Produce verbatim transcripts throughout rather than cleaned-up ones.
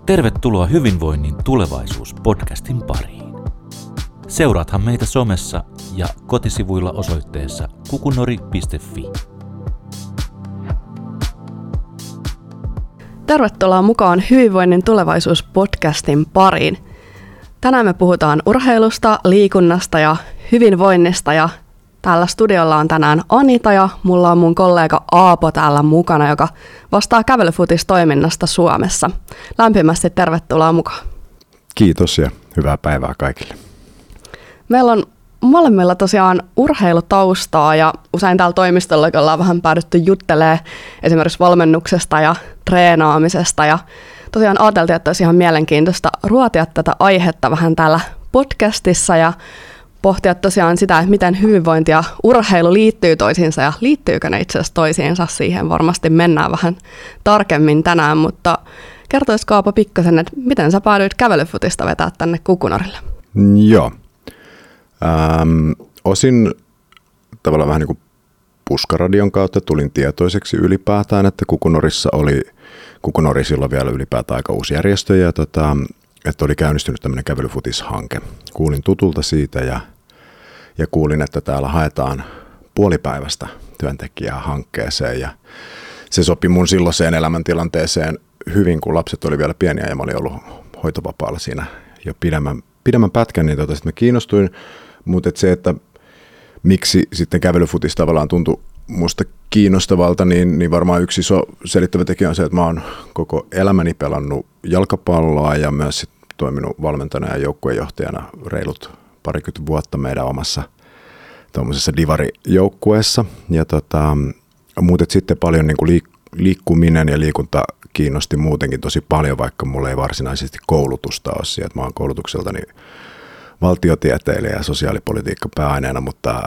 Tervetuloa Hyvinvoinnin tulevaisuus-podcastin pariin. Seuraathan meitä somessa ja kotisivuilla osoitteessa kukunori piste fi. Tervetuloa mukaan Hyvinvoinnin tulevaisuus-podcastin pariin. Tänään me puhutaan urheilusta, liikunnasta ja hyvinvoinnista ja täällä studiolla on tänään Anita ja mulla on mun kollega Aapo täällä mukana, joka vastaa kävelyfutistoiminnasta Suomessa. Lämpimästi tervetuloa mukaan. Kiitos ja hyvää päivää kaikille. Meillä on molemmilla tosiaan urheilutaustaa ja usein täällä toimistolla ollaan vähän päädytty juttelemaan esimerkiksi valmennuksesta ja treenaamisesta. Ja tosiaan ajateltiin, että olisi ihan mielenkiintoista ruotia tätä aihetta vähän täällä podcastissa ja pohtia tosiaan sitä, että miten hyvinvointi ja urheilu liittyy toisiinsa ja liittyykö ne itse asiassa toisiinsa. Siihen varmasti mennään vähän tarkemmin tänään, mutta kertoisiko Aapo pikkasen, että miten sä päädyit kävelyfutista vetää tänne Kukunorille? Joo. Ähm, osin tavallaan vähän niin kuin puskaradion kautta tulin tietoiseksi ylipäätään, että Kukunorissa oli, Kukunori silloin vielä ylipäätään aika uusi järjestö ja tota, että oli käynnistynyt tämmöinen kävelyfutishanke. Kuulin tutulta siitä ja, ja kuulin, että täällä haetaan puolipäiväistä työntekijää hankkeeseen ja se sopi mun silloiseen elämäntilanteeseen hyvin, kun lapset oli vielä pieniä ja mä olin ollut hoitovapaalla siinä jo pidemmän, pidemmän pätkän, niin tota, sitten mä kiinnostuin, mutta et se, että miksi sitten kävelyfutis tavallaan tuntui musta kiinnostavalta, niin, niin varmaan yksi iso selittävä tekijä on se, että mä oon koko elämäni pelannut jalkapalloa ja myös sit toiminut valmentajana ja joukkuejohtajana reilut parikymmentä vuotta meidän omassa tuommoisessa divarijoukkueessa. Ja tota, muutet sitten paljon niin kuin liik- liikkuminen ja liikunta kiinnosti muutenkin tosi paljon, vaikka mulla ei varsinaisesti koulutusta ole siihen. Mä oon koulutukseltani valtiotieteilijä ja sosiaalipolitiikka pääaineena, mutta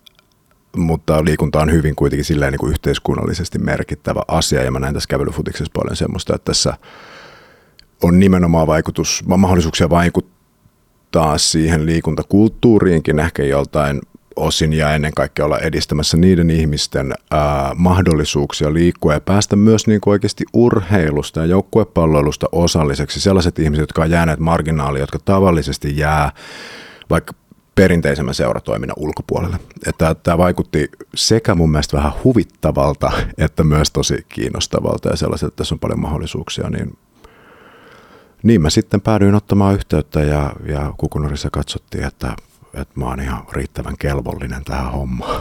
Mutta liikunta on hyvin kuitenkin silleen niin kuin yhteiskunnallisesti merkittävä asia, ja mä näen tässä kävelyfutiksessa paljon semmoista, että tässä on nimenomaan vaikutus, mahdollisuuksia vaikuttaa siihen liikuntakulttuuriinkin ehkä joltain osin, ja ennen kaikkea olla edistämässä niiden ihmisten ää, mahdollisuuksia liikkua ja päästä myös niin kuin oikeasti urheilusta ja joukkuepalloilusta osalliseksi. Sellaiset ihmiset, jotka on jääneet marginaaliin, jotka tavallisesti jää vaikka perinteisemmän seuratoiminnan ulkopuolelle. Että tämä vaikutti sekä mun mielestä vähän huvittavalta, että myös tosi kiinnostavalta ja sellaiset, että tässä on paljon mahdollisuuksia, niin, niin mä sitten päädyin ottamaan yhteyttä ja, ja Kukunorissa katsottiin, että, että mä oon ihan riittävän kelvollinen tähän hommaan.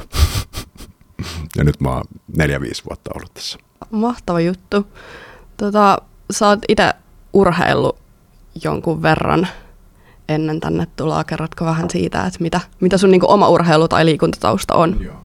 Ja nyt mä oon neljä, viisi vuotta ollut tässä. Mahtava juttu. Tota, sä oot itse urheillut jonkun verran ennen tänne tuloa. Kerrotko vähän siitä, että mitä, mitä sun niinku oma urheilu- tai liikuntatausta on? Joo.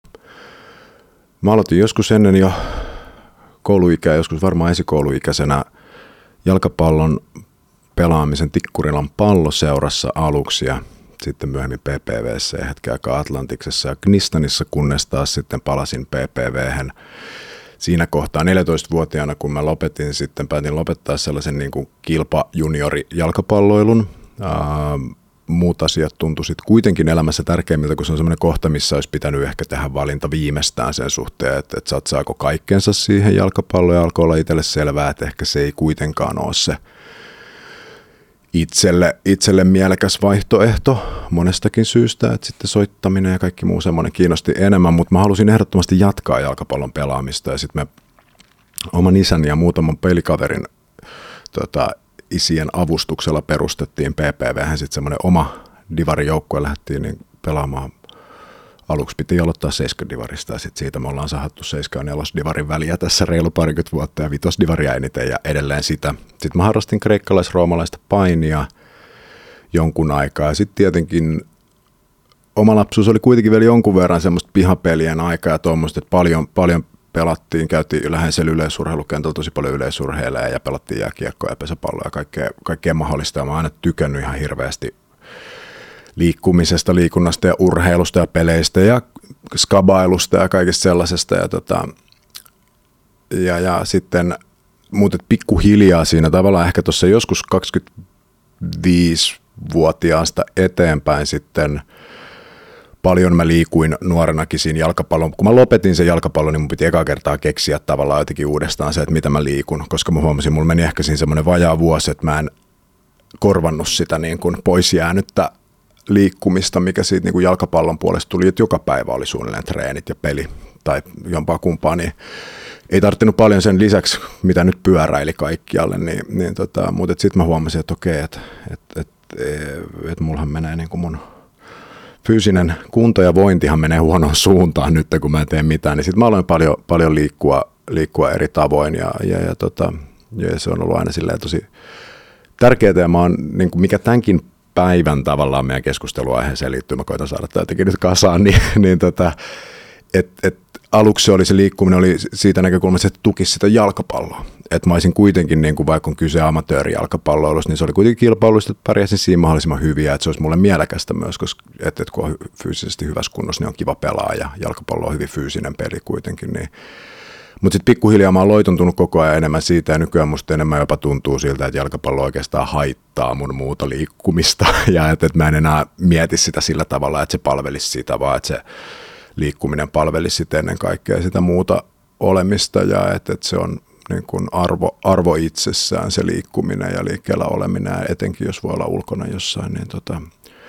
Mä aloitin joskus ennen jo kouluikää, joskus varmaan esikouluikäisenä jalkapallon pelaamisen Tikkurilan palloseurassa aluksi ja sitten myöhemmin P P V:ssä ja hetken aikaa Atlantiksessa ja Knistanissa, kunnes taas sitten palasin P P V:hen. Siinä kohtaa neljätoistavuotiaana, kun mä lopetin, sitten päätin lopettaa sellaisen niin kuin kilpa-juniori-jalkapalloilun. Uh, muut asiat tuntui sitten kuitenkin elämässä tärkeimmiltä, kun se on semmoinen kohta, missä olisi pitänyt ehkä tehdä valinta viimeistään sen suhteen, että, että satsaako kaikkensa siihen jalkapalloon ja alkoi olla itselle selvää, että ehkä se ei kuitenkaan ole se itselle, itselle mielekäs vaihtoehto monestakin syystä, että sitten soittaminen ja kaikki muu semmoinen kiinnosti enemmän, mutta mä halusin ehdottomasti jatkaa jalkapallon pelaamista ja sitten me oman isän ja muutaman pelikaverin tota, isien avustuksella perustettiin P P V:hän sitten semmoinen oma divarijoukkue, lähdettiin niin pelaamaan. Aluksi piti aloittaa seiskadivarista ja sitten siitä me ollaan sahattu seiska- ja nelosdivarin väliä tässä reilu parikymmentä vuotta ja vitosdivaria eniten ja edelleen sitä. Sitten mä harrastin kreikkalais-roomalaista painia jonkun aikaa ja sitten tietenkin oma lapsuus oli kuitenkin vielä jonkun verran semmoista pihapelien aikaa ja tuommoista, että paljon, paljon pelattiin, käytiin läheisellä yleisurheilukentällä tosi paljon yleisurheileja ja pelattiin jääkiekkoa ja pesäpalloa ja kaikkea, kaikkea mahdollista. Ja mä oon aina tykännyt ihan hirveästi liikkumisesta, liikunnasta ja urheilusta ja peleistä ja skabailusta ja kaikesta sellaisesta. Ja, tota, ja, ja sitten muutet pikkuhiljaa siinä tavallaan ehkä tuossa joskus kaksikymmentäviisivuotiaasta eteenpäin sitten paljon mä liikuin nuorenakin siinä jalkapallon. Kun mä lopetin sen jalkapallon, niin mun piti ekaa kertaa keksiä tavallaan jotenkin uudestaan se, että mitä mä liikun, koska mä huomasin, mulla meni ehkä siinä semmoinen vajaa vuosi, että mä en korvannut sitä niin kuin pois jäänyttä liikkumista, mikä siitä niin kuin jalkapallon puolesta tuli, että joka päivä oli suunnilleen treenit ja peli tai jompaa kumpaa, niin ei tarttinut paljon sen lisäksi, mitä nyt pyöräili kaikkialle, niin, niin tota, mutta sitten mä huomasin, että okei, että et, et, et, et mullahan menee niin kuin mun fyysinen kunto ja vointihan menee huonoon suuntaan nyt, kun mä en tee mitään, niin sitten mä aloin paljon, paljon liikkua, liikkua eri tavoin ja, ja, ja, tota, ja se on ollut aina silleen tosi tärkeää ja mä oon, niin kuin mikä tämänkin päivän tavallaan meidän keskusteluaiheeseen liittyy, mä koitan saada tämä jotenkin nyt kasaan, niin, niin tota, että et, aluksi oli se liikkuminen oli siitä näkökulmasta, että tukisi sitä jalkapalloa. Että mä olisin kuitenkin, niin kuin vaikka on kyse amatöörijalkapalloilusta, niin se oli kuitenkin kilpailuista, että pärjäsin siinä mahdollisimman hyviä, että se olisi mulle mielekästä myös, koska että, että kun on fyysisesti hyvässä kunnossa, niin on kiva pelaa ja jalkapallo on hyvin fyysinen peli kuitenkin. Niin. Mutta sitten pikkuhiljaa mä oon loitontunut koko ajan enemmän siitä ja nykyään musta enemmän jopa tuntuu siltä, että jalkapallo oikeastaan haittaa mun muuta liikkumista ja että, että mä en enää mieti sitä sillä tavalla, että se palvelisi sitä, vaan että se liikkuminen palvelisi sitten ennen kaikkea sitä muuta olemista ja että, että se on niin kuin arvo, arvo itsessään se liikkuminen ja liikkeellä oleminen, etenkin jos voi olla ulkona jossain, niin, tota,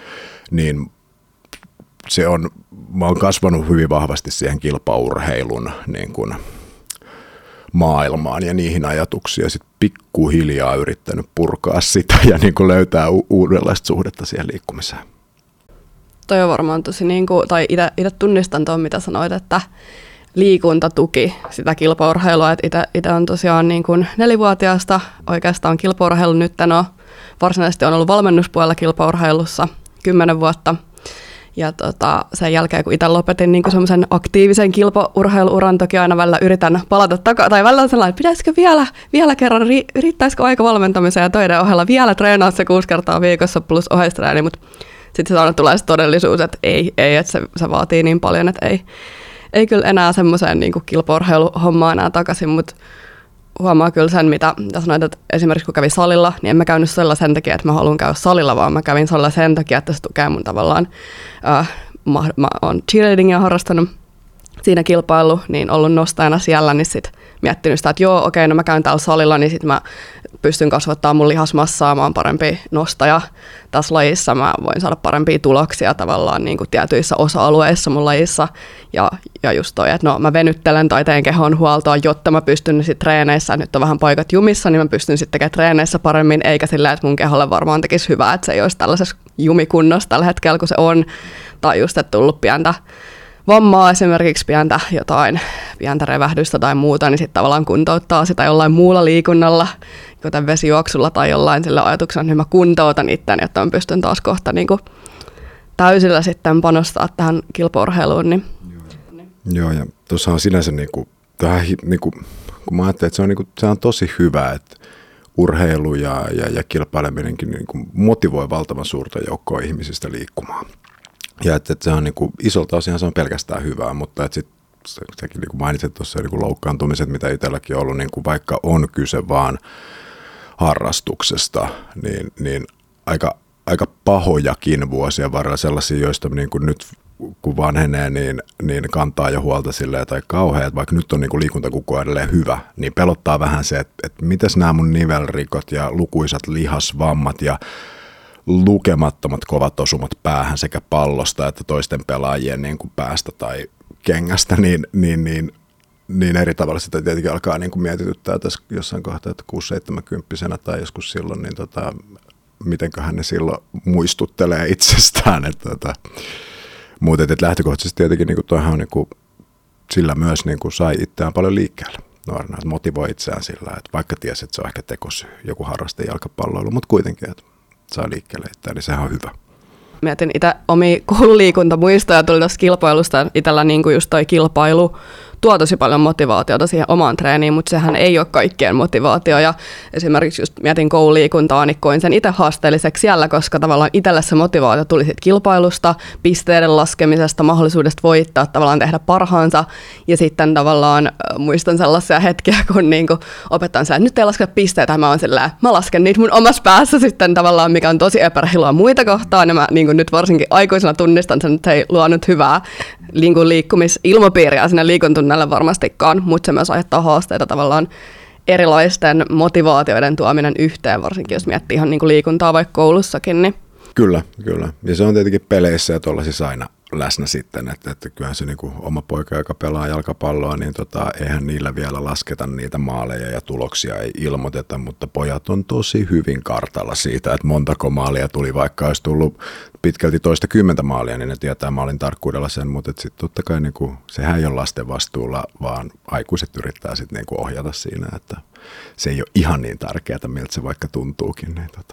niin se on, mä oon kasvanut hyvin vahvasti siihen kilpaurheilun niin kuin maailmaan ja niihin ajatuksiin ja sitten pikkuhiljaa yrittänyt purkaa sitä ja niin kuin löytää u- uudenlaista suhdetta siihen liikkumiseen. Toi on varmaan tosi, niin kuin, tai itse tunnistan tuon, mitä sanoit, että liikunta tuki sitä kilpaurheilua. Itse on tosiaan niin kuin nelivuotiaasta oikeastaan kilpaurheilu. Nyt en ole, varsinaisesti on ollut valmennuspuolella kilpaurheilussa kymmenen vuotta. Ja tota, sen jälkeen, kun itse lopetin niin semmoisen aktiivisen kilpaurheiluuran, toki aina välillä yritän palata takaisin, tai välillä sellainen, että pitäisikö vielä, vielä kerran, riittäisikö aika valmentamiseen ja töiden ohella vielä treenaa se kuusi kertaa viikossa plus oheistreeni, mutta sitten se aina tulee se todellisuus, että ei, ei että se, se vaatii niin paljon, että ei, ei kyllä enää semmoiseen niin kilpaurheiluhommaan enää takaisin, mutta huomaa kyllä sen, mitä, mitä sanoit, että esimerkiksi kun kävin salilla, niin en mä käynyt salilla sen takia, että mä haluan käydä salilla, vaan mä kävin salilla sen takia, että se tukee mun tavallaan, äh, mä, mä oon cheerleadingia harrastanut siinä kilpailu, niin ollut nostajana siellä, niin sitten miettinyt sitä, että joo, okei, no mä käyn täällä salilla, niin sitten mä pystyn kasvattamaan mun lihasmassaa, mä oon parempi nostaja tässä lajissa, mä voin saada parempia tuloksia tavallaan niin kuin tietyissä osa-alueissa mun lajissa, ja, ja just toi, että no mä venyttelen tai teen kehon huoltoa, jotta mä pystyn sitten treeneissä, nyt on vähän paikat jumissa, niin mä pystyn sitten tekemään treeneissä paremmin, eikä sillä, että mun keholle varmaan tekisi hyvää, että se ei olisi tällaisessa jumikunnossa tällä hetkellä, kun se on, tai just, että tullut pientä vammaa, esimerkiksi pientä jotain, pientä revähdystä tai muuta, niin sitten tavallaan kuntouttaa sitä jollain muulla liikunnalla, kuten vesijuoksulla tai jollain sillä ajatuksella, että mä kuntoutan itteni, että mä pystyn taas kohta niin kuin täysillä sitten panostaa tähän kilpaurheiluun. Niin. Joo, ja tuossa on sinänsä, niin kuin, tähän, niin kuin, kun mä ajattelin, että se on, niin kuin, se on tosi hyvä, että urheilu ja, ja, ja kilpaileminenkin niin kuin motivoi valtavan suurta joukkoa ihmisistä liikkumaan. Ja että, että se on niin kuin, isolta osin se on pelkästään hyvää, mutta että sitten säkin niin kuin mainitsit tuossa niin kuin loukkaantumiset, mitä itselläkin on ollut, niin kuin vaikka on kyse vaan harrastuksesta, niin, niin aika, aika pahojakin vuosien varrella sellaisia, joista niin kuin nyt kun vanhenee, niin, niin kantaa jo huolta silleen tai kauhean, että vaikka nyt on niin kuin liikuntakuku edelleen hyvä, niin pelottaa vähän se, että, että mitäs nämä mun nivelrikot ja lukuisat lihasvammat ja lukemattomat kovat osumat päähän sekä pallosta että toisten pelaajien niin kuin päästä tai kengästä, niin, niin, niin, niin eri tavalla sitä tietenkin alkaa niin kuin mietityttää tässä jossain kohtaa, että kuusi seitsemänkymppisenä tai joskus silloin, niin tota, mitenköhän ne silloin muistuttelee itsestään. Että, tota, mutta että lähtökohtaisesti tietenkin niin kuin toihan on, niin kuin, sillä myös niin kuin sai itseään paljon liikkeelle nuorena, että motivoi itseään sillä, että vaikka tiesi, että se on ehkä tekosyy, joku harraste jalkapalloilu, mutta kuitenkin, että saa liikkeelle itseään, niin sehän on hyvä. Mietin itse omia koululiikuntamuistoja, tuli tuosta kilpailusta. Itsellä niin kuin just toi kilpailu tuo tosi paljon motivaatiota siihen omaan treeniin, mutta sehän ei ole kaikkien motivaatio. Ja esimerkiksi just mietin koululiikuntaa, niin koin sen itse haasteelliseksi siellä, koska tavallaan itselle se motivaatio tuli siitä kilpailusta, pisteiden laskemisesta, mahdollisuudesta voittaa, tavallaan tehdä parhaansa. Ja sitten tavallaan äh, muistan sellaisia hetkiä, kun niinku opettajan sillä, että nyt ei lasketa pisteitä, mä oon sillä, mä lasken niitä mun omassa päässä sitten tavallaan, mikä on tosi epäreilua muita kohtaan. Ja mä niin nyt varsinkin aikuisena tunnistan sen, että se ei luo nyt hyvää niin liikkumisilmapiiriä sinne liikuntunnelle varmastikaan, mutta se myös aiheuttaa haasteita tavallaan erilaisten motivaatioiden tuominen yhteen, varsinkin jos miettii ihan niin liikuntaa vaikka koulussakin. Niin. Kyllä, kyllä. Ja se on tietenkin peleissä ja tuollaisissa aina läsnä sitten, että, että kyllähän se niin kuin oma poika, joka pelaa jalkapalloa, niin tota, eihän niillä vielä lasketa niitä maaleja ja tuloksia ei ilmoiteta, mutta pojat on tosi hyvin kartalla siitä, että montako maalia tuli, vaikka olisi tullut pitkälti toista kymmentä maalia, niin ne tietää maalin tarkkuudella sen, mutta sitten totta kai niin kuin, sehän ei ole lasten vastuulla, vaan aikuiset yrittää sitten niin kuin ohjata siinä, että se ei ole ihan niin tärkeää, miltä se vaikka tuntuukin. Niin tota.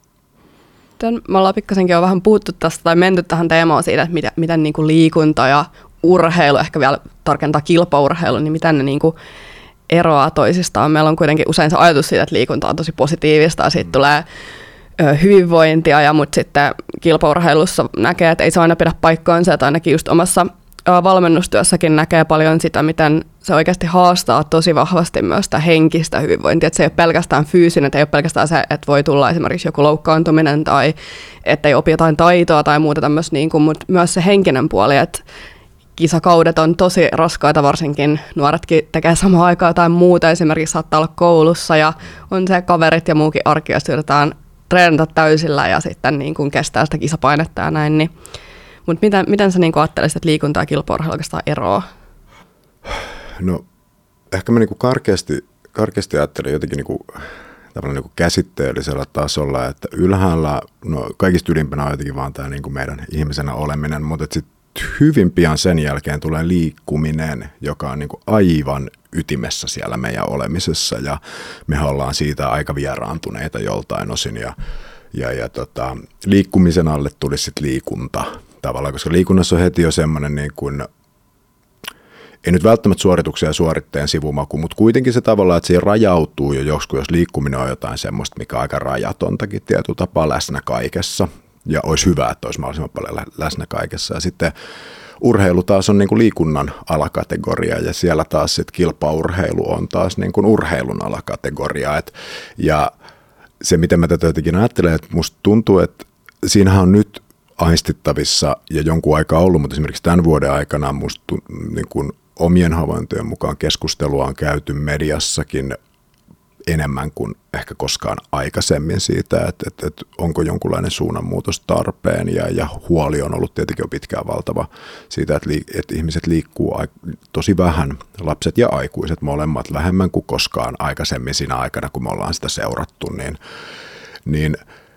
Me ollaan pikkasenkin jo vähän puhuttu tästä tai menty tähän teemaan siitä, että miten, miten niin kuin liikunta ja urheilu, ehkä vielä tarkentaa kilpaurheilu, niin miten ne niin kuin eroaa toisistaan. Meillä on kuitenkin usein se ajatus siitä, että liikunta on tosi positiivista ja siitä tulee ö, hyvinvointia, ja, mutta sitten kilpaurheilussa näkee, että ei se aina pidä paikkaansa, että ainakin just omassa valmennustyössäkin näkee paljon sitä, miten se oikeasti haastaa tosi vahvasti myös sitä henkistä hyvinvointia. Että se ei ole pelkästään fyysinen, että ei ole pelkästään se, että voi tulla esimerkiksi joku loukkaantuminen tai että ei opi jotain taitoa tai muuta tämmöistä, niin kuin, mutta myös se henkinen puoli, että kisakaudet on tosi raskaita, varsinkin nuoretkin tekee samaan aikaan jotain muuta, esimerkiksi saattaa olla koulussa ja on se kaverit ja muukin arki, jos yritetään treenata täysillä ja sitten niin kuin kestää sitä kisapainetta ja näin, niin mutta miten, miten sä niin ajattelisit, että liikunta ja kilpaurheilu oikeastaan eroaa? No ehkä mä niin karkeasti, karkeasti ajattelin jotenkin niin kuin, niin käsitteellisellä tasolla, että ylhäällä, no kaikista ylimpänä on jotenkin vaan tämä niin meidän ihmisenä oleminen, mutta sitten hyvin pian sen jälkeen tulee liikkuminen, joka on niin kuin aivan ytimessä siellä meidän olemisessa, ja me ollaan siitä aika vieraantuneita joltain osin, ja, ja, ja tota, liikkumisen alle tulisi sitten liikunta tavallaan, koska liikunnassa on heti jo semmoinen, niin kuin, ei nyt välttämättä suorituksia ja suoritteen sivumaku, mutta kuitenkin se tavallaan, että se rajautuu jo joskus, jos liikkuminen on jotain semmoista, mikä on aika rajatontakin tietyllä tapaa läsnä kaikessa, ja olisi hyvä, että olisi mahdollisimman paljon läsnä kaikessa. Ja sitten urheilu taas on niin kuin liikunnan alakategoria, ja siellä taas sitten kilpaurheilu on taas niin kuin urheilun alakategoria. Et, ja se, miten mä tätä jotenkin ajattelen, että musta tuntuu, että siinähän on nyt aistittavissa ja jonkun aikaa ollut, mutta esimerkiksi tämän vuoden aikana musta niin kuin omien havaintojen mukaan keskustelua on käyty mediassakin enemmän kuin ehkä koskaan aikaisemmin siitä, että, että, että onko jonkunlainen suunnanmuutos tarpeen, ja, ja huoli on ollut tietenkin jo pitkään valtava siitä, että, liik- että ihmiset liikkuu tosi vähän, lapset ja aikuiset molemmat vähemmän kuin koskaan aikaisemmin siinä aikana, kun me ollaan sitä seurattu, niin, niin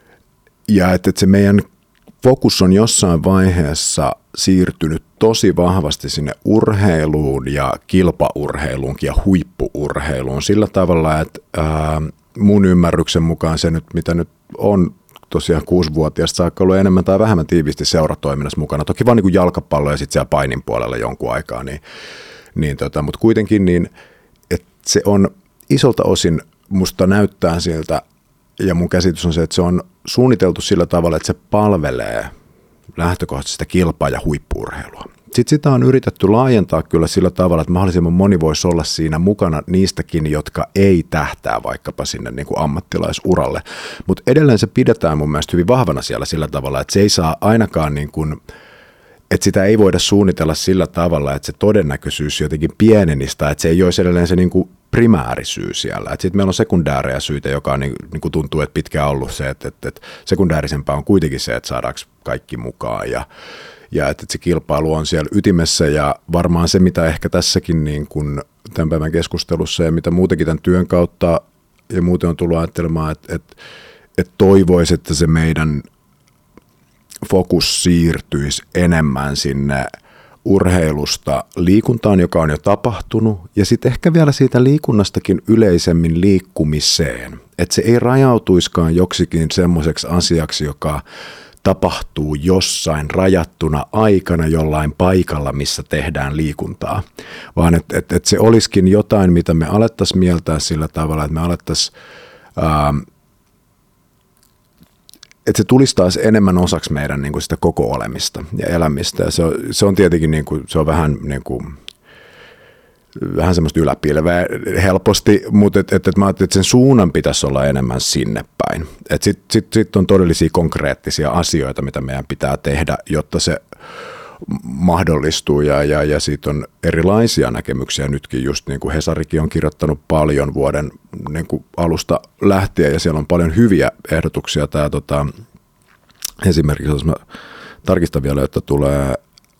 ja että, että se meidän fokus on jossain vaiheessa siirtynyt tosi vahvasti sinne urheiluun ja kilpaurheiluunkin ja huippuurheiluun sillä tavalla, että ää, mun ymmärryksen mukaan se nyt, mitä nyt on tosiaan kuusivuotiaasta saakka ollut enemmän tai vähemmän tiiviisti seuratoiminnassa mukana, toki vaan niin kuin jalkapallo ja sitten siellä painin puolella jonkun aikaa, niin, niin tota, mutta kuitenkin niin, että se on isolta osin musta näyttää siltä, ja mun käsitys on se, että se on suunniteltu sillä tavalla, että se palvelee lähtökohtaisesti sitä kilpaa- ja huippu-urheilua. Sitten sitä on yritetty laajentaa kyllä sillä tavalla, että mahdollisimman moni voisi olla siinä mukana niistäkin, jotka ei tähtää vaikkapa sinne niin kuin ammattilaisuralle. Mutta edelleen se pidetään mun mielestä hyvin vahvana siellä sillä tavalla, että se ei saa ainakaan niin kuin, että sitä ei voida suunnitella sillä tavalla, että se todennäköisyys jotenkin pienenisi, tai että se ei olisi edelleen se niin kuin primäärisyy siellä. Sitten meillä on sekundäärejä syitä, joka on, niin, niin kuin tuntuu, että pitkään ollut se, että, että, että sekundäärisempää on kuitenkin se, että saadaanko kaikki mukaan, ja, ja että, että se kilpailu on siellä ytimessä, ja varmaan se, mitä ehkä tässäkin niin kuin tämän päivän keskustelussa ja mitä muutenkin tämän työn kautta ja muuten on tullut ajattelemaan, että, että, että toivoisi, että se meidän fokus siirtyisi enemmän sinne urheilusta liikuntaan, joka on jo tapahtunut, ja sitten ehkä vielä siitä liikunnastakin yleisemmin liikkumiseen. Että se ei rajautuiskaan joksikin semmoiseksi asiaksi, joka tapahtuu jossain rajattuna aikana jollain paikalla, missä tehdään liikuntaa, vaan että et, et se olisikin jotain, mitä me alettaisiin mieltää sillä tavalla, että me alettaisiin, ähm, että se tulisi taas enemmän osaksi meidän niin kuin sitä koko olemista ja elämistä. Ja se, on, se on tietenkin niin kuin, se on vähän niin kuin, vähän semmoista yläpilveä helposti, mutta et, et, et mä ajattelin, että sen suunnan pitäisi olla enemmän sinne päin. Sitten sit, sit on todellisia konkreettisia asioita, mitä meidän pitää tehdä, jotta se mahdollistuu, ja, ja, ja siitä on erilaisia näkemyksiä nytkin, just niin kuin Hesarikin on kirjoittanut paljon vuoden niin kuin alusta lähtien, ja siellä on paljon hyviä ehdotuksia. Tämä, tota, esimerkiksi, jos mä tarkistan vielä, että tulee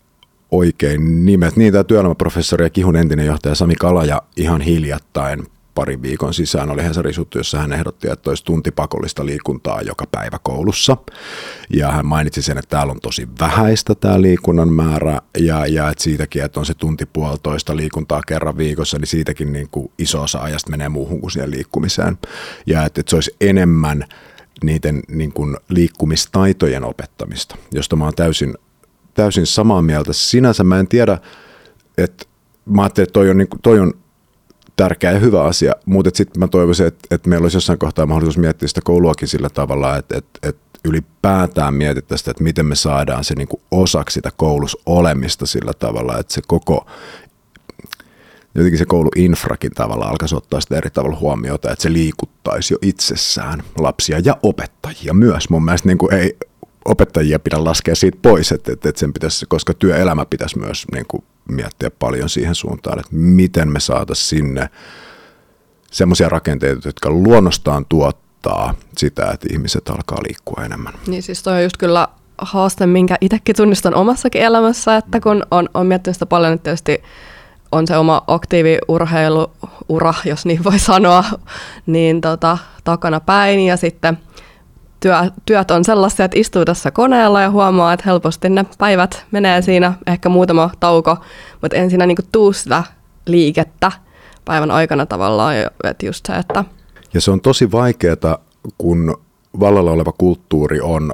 oikein nimet. Niin, tämä työelämäprofessori ja Kihun entinen johtaja Sami Kalaja ihan hiljattain parin viikon sisään oli Hesarin juttu, jossa hän ehdotti, että olisi tunti pakollista liikuntaa joka päivä koulussa. Ja hän mainitsi sen, että täällä on tosi vähäistä tämä liikunnan määrä, ja, ja että siitäkin, että on se tunti puolitoista liikuntaa kerran viikossa, niin siitäkin niin kuin iso osa ajasta menee muuhun kuin siihen liikkumiseen. Ja että, että se olisi enemmän niiden niin kuin liikkumistaitojen opettamista, josta mä oon täysin täysin samaa mieltä. Sinänsä mä en tiedä, että mä ajattelin, että toi on, niin, toi on tärkeä ja hyvä asia, mutta sitten mä toivoisin, että, että meillä olisi jossain kohtaa mahdollisuus miettiä sitä kouluakin sillä tavalla, että, että, että ylipäätään mietittäisiin sitä, että miten me saadaan se niin kuin osaksi sitä koulussa olemista sillä tavalla, että se koko, jotenkin se kouluinfrakin tavalla alkaisi ottaa sitä eri tavalla huomiota, että se liikuttaisi jo itsessään lapsia ja opettajia myös. Mun mielestä niin kuin ei opettajia pidä laskea siitä pois, että, että sen pitäisi, koska työelämä pitäisi myös niin kuin miettiä paljon siihen suuntaan, että miten me saataisiin sinne semmoisia rakenteita, jotka luonnostaan tuottaa sitä, että ihmiset alkaa liikkua enemmän. Niin siis toi on just kyllä haaste, minkä itsekin tunnistan omassakin elämässä, että kun on, on miettinyt sitä paljon, että tietysti on se oma aktiiviurheiluura, jos niin voi sanoa, niin tota, takana päin, ja sitten Työ, työt on sellaisia, että istuu tässä koneella ja huomaa, että helposti ne päivät menee siinä, ehkä muutama tauko, mutta en siinä niinku tuu sitä liikettä päivän aikana tavallaan, että just se, että... Ja se on tosi vaikeaa, kun vallalla oleva kulttuuri on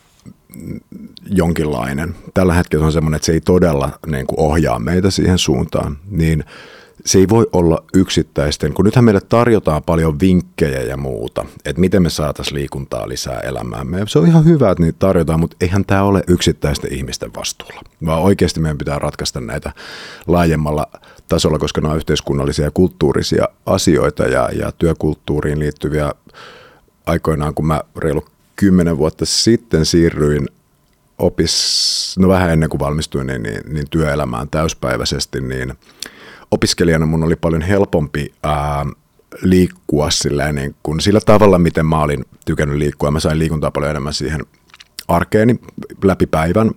jonkinlainen. Tällä hetkellä on semmoinen, että se ei todella niin kuin ohjaa meitä siihen suuntaan, niin se ei voi olla yksittäisten, kun nythän meille tarjotaan paljon vinkkejä ja muuta, että miten me saataisiin liikuntaa lisää elämäämme. Se on ihan hyvä, että niitä tarjotaan, mutta eihän tämä ole yksittäisten ihmisten vastuulla, vaan oikeasti meidän pitää ratkaista näitä laajemmalla tasolla, koska nämä on yhteiskunnallisia ja kulttuurisia asioita, ja, ja työkulttuuriin liittyviä. Aikoinaan, kun mä reilu kymmenen vuotta sitten siirryin opis, no vähän ennen kuin valmistuin, niin, niin, niin työelämään täyspäiväisesti, niin opiskelijana mun oli paljon helpompi ää, liikkua sillä, niin kun, sillä tavalla, miten mä olin tykännyt liikkua. Mä sain liikuntaa paljon enemmän siihen arkeeni läpi päivän.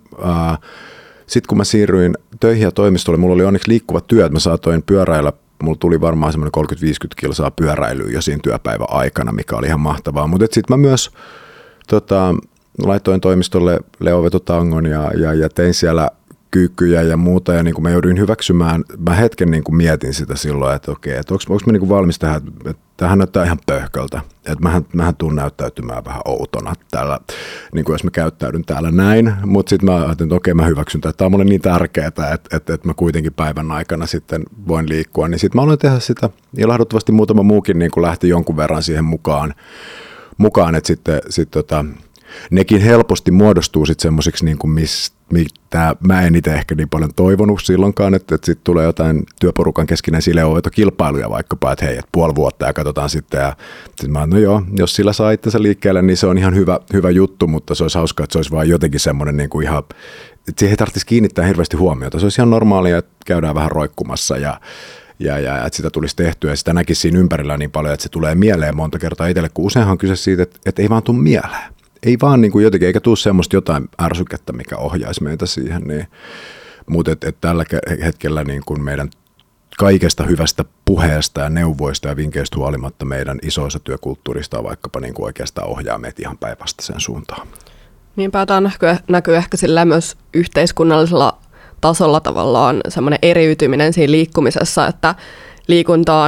Sitten kun mä siirryin töihin ja toimistolle, mulla oli onneksi liikkuva työ, että mä saatoin pyöräillä. Mulla tuli varmaan semmoinen kolmekymmentä viisikymmentä kilsaa pyöräilyä jo siinä työpäivän aikana, mikä oli ihan mahtavaa. Mutta sitten mä myös tota, laitoin toimistolle leovetotangon ja, ja, ja tein siellä kyykkyjä ja muuta, ja niin kuin mä jouduin hyväksymään, mä hetken niin kuin mietin sitä silloin, että okei, että onko, onko mä niin kuin valmis tähän, että tämähän näyttää ihan pöhköltä, että mähän, mähän tuun näyttäytymään vähän outona tällä, niin kuin jos mä käyttäydyn täällä näin, mutta sitten mä ajattelin, että okei, mä hyväksyn, että tämä on mulle niin tärkeää, että, että, että mä kuitenkin päivän aikana sitten voin liikkua, niin sitten mä aloin tehdä sitä, ilahduttavasti muutama muukin niin kuin lähti jonkun verran siihen mukaan, mukaan että sitten sit, tota, nekin helposti muodostuu sitten semmoisiksi, niin kuin mitä mä en itse ehkä niin paljon toivonut silloinkaan, että, että sitten tulee jotain työporukan keskinäisiä leovetokilpailuja vaikkapa, että hei, että puoli vuotta ja katsotaan sitten. Ja sitten mä no joo, jos sillä saa itsensä liikkeelle, niin se on ihan hyvä, hyvä juttu, mutta se olisi hauskaa, että se olisi vaan jotenkin semmoinen niin kuin ihan, että siihen ei tarvitsisi kiinnittää hirveästi huomiota. Se olisi ihan normaalia, että käydään vähän roikkumassa ja Ja, ja että sitä tulisi tehtyä, ja sitä näkisi siinä ympärillä niin paljon, että se tulee mieleen monta kertaa itselle, kun useinhan on kyse siitä, että, että ei vaan tule mieleen. Ei vaan niin kuin jotenkin, eikä tule semmoista jotain ärsykettä, mikä ohjaisi meitä siihen. Niin. Mutta et, et tällä hetkellä niin kuin meidän kaikesta hyvästä puheesta ja neuvoista ja vinkkeistä huolimatta meidän isoissa työkulttuurista on vaikkapa niin kuin oikeastaan ohjaa meitä ihan päinvastaiseen suuntaan. Niinpä tämä näkyy, näkyy ehkä sillä myös yhteiskunnallisella tasolla tavallaan semmoinen eriytyminen siinä liikkumisessa, että liikunta on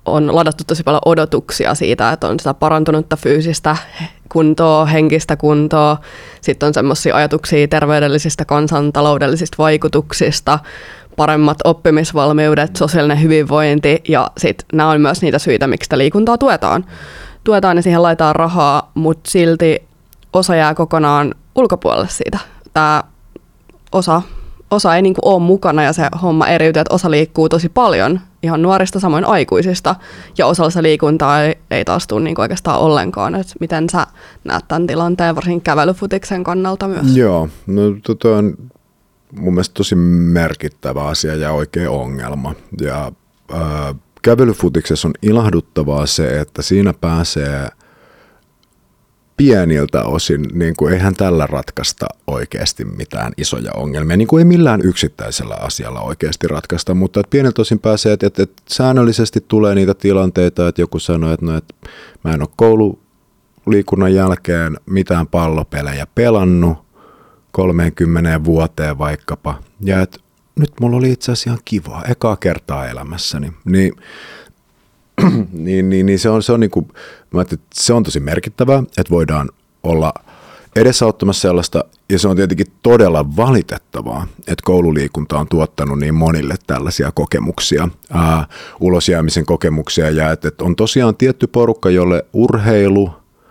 on ladattu tosi paljon odotuksia siitä, että on sitä parantunutta fyysistä kuntoa, henkistä kuntoa. Sitten on semmoisia ajatuksia terveydellisistä kansantaloudellisista vaikutuksista, paremmat oppimisvalmiudet, sosiaalinen hyvinvointi ja sitten nämä on myös niitä syitä, miksi sitä liikuntaa tuetaan. Tuetaan ja siihen laitetaan rahaa, mutta silti osa jää kokonaan ulkopuolelle siitä. Tämä osa, osa ei niinku ole mukana ja se homma eriytyy, että osa liikkuu tosi paljon ihan nuorista samoin aikuisista ja osalla se liikuntaa ei, ei taas tule niinku oikeastaan ollenkaan. Et miten sä näet tämän tilanteen varsinkin kävelyfutiksen kannalta myös? Joo, no tota on mun mielestä tosi merkittävä asia ja oikea ongelma. Ja äh, kävelyfutiksessa on ilahduttavaa se, että siinä pääsee pieniltä osin, niin kuin eihän tällä ratkaista oikeasti mitään isoja ongelmia, niin kuin ei millään yksittäisellä asialla oikeasti ratkaista, mutta että pieniltä osin pääsee, että, että, että säännöllisesti tulee niitä tilanteita, että joku sanoo, että, no, että mä en ole koululiikunnan jälkeen mitään pallopelejä pelannut kolmeenkymmeneen vuoteen vaikkapa, ja että nyt mulla oli itse asiassa ihan kivaa, ekaa kertaa elämässäni, niin niin, niin, niin se on, se on, niin kuin, mä että se on tosi merkittävää, että voidaan olla edesauttamassa sellaista, ja se on tietenkin todella valitettavaa, että koululiikunta on tuottanut niin monille tällaisia kokemuksia, ää, ulosjäämisen kokemuksia, ja että, että on tosiaan tietty porukka, jolle urheilu,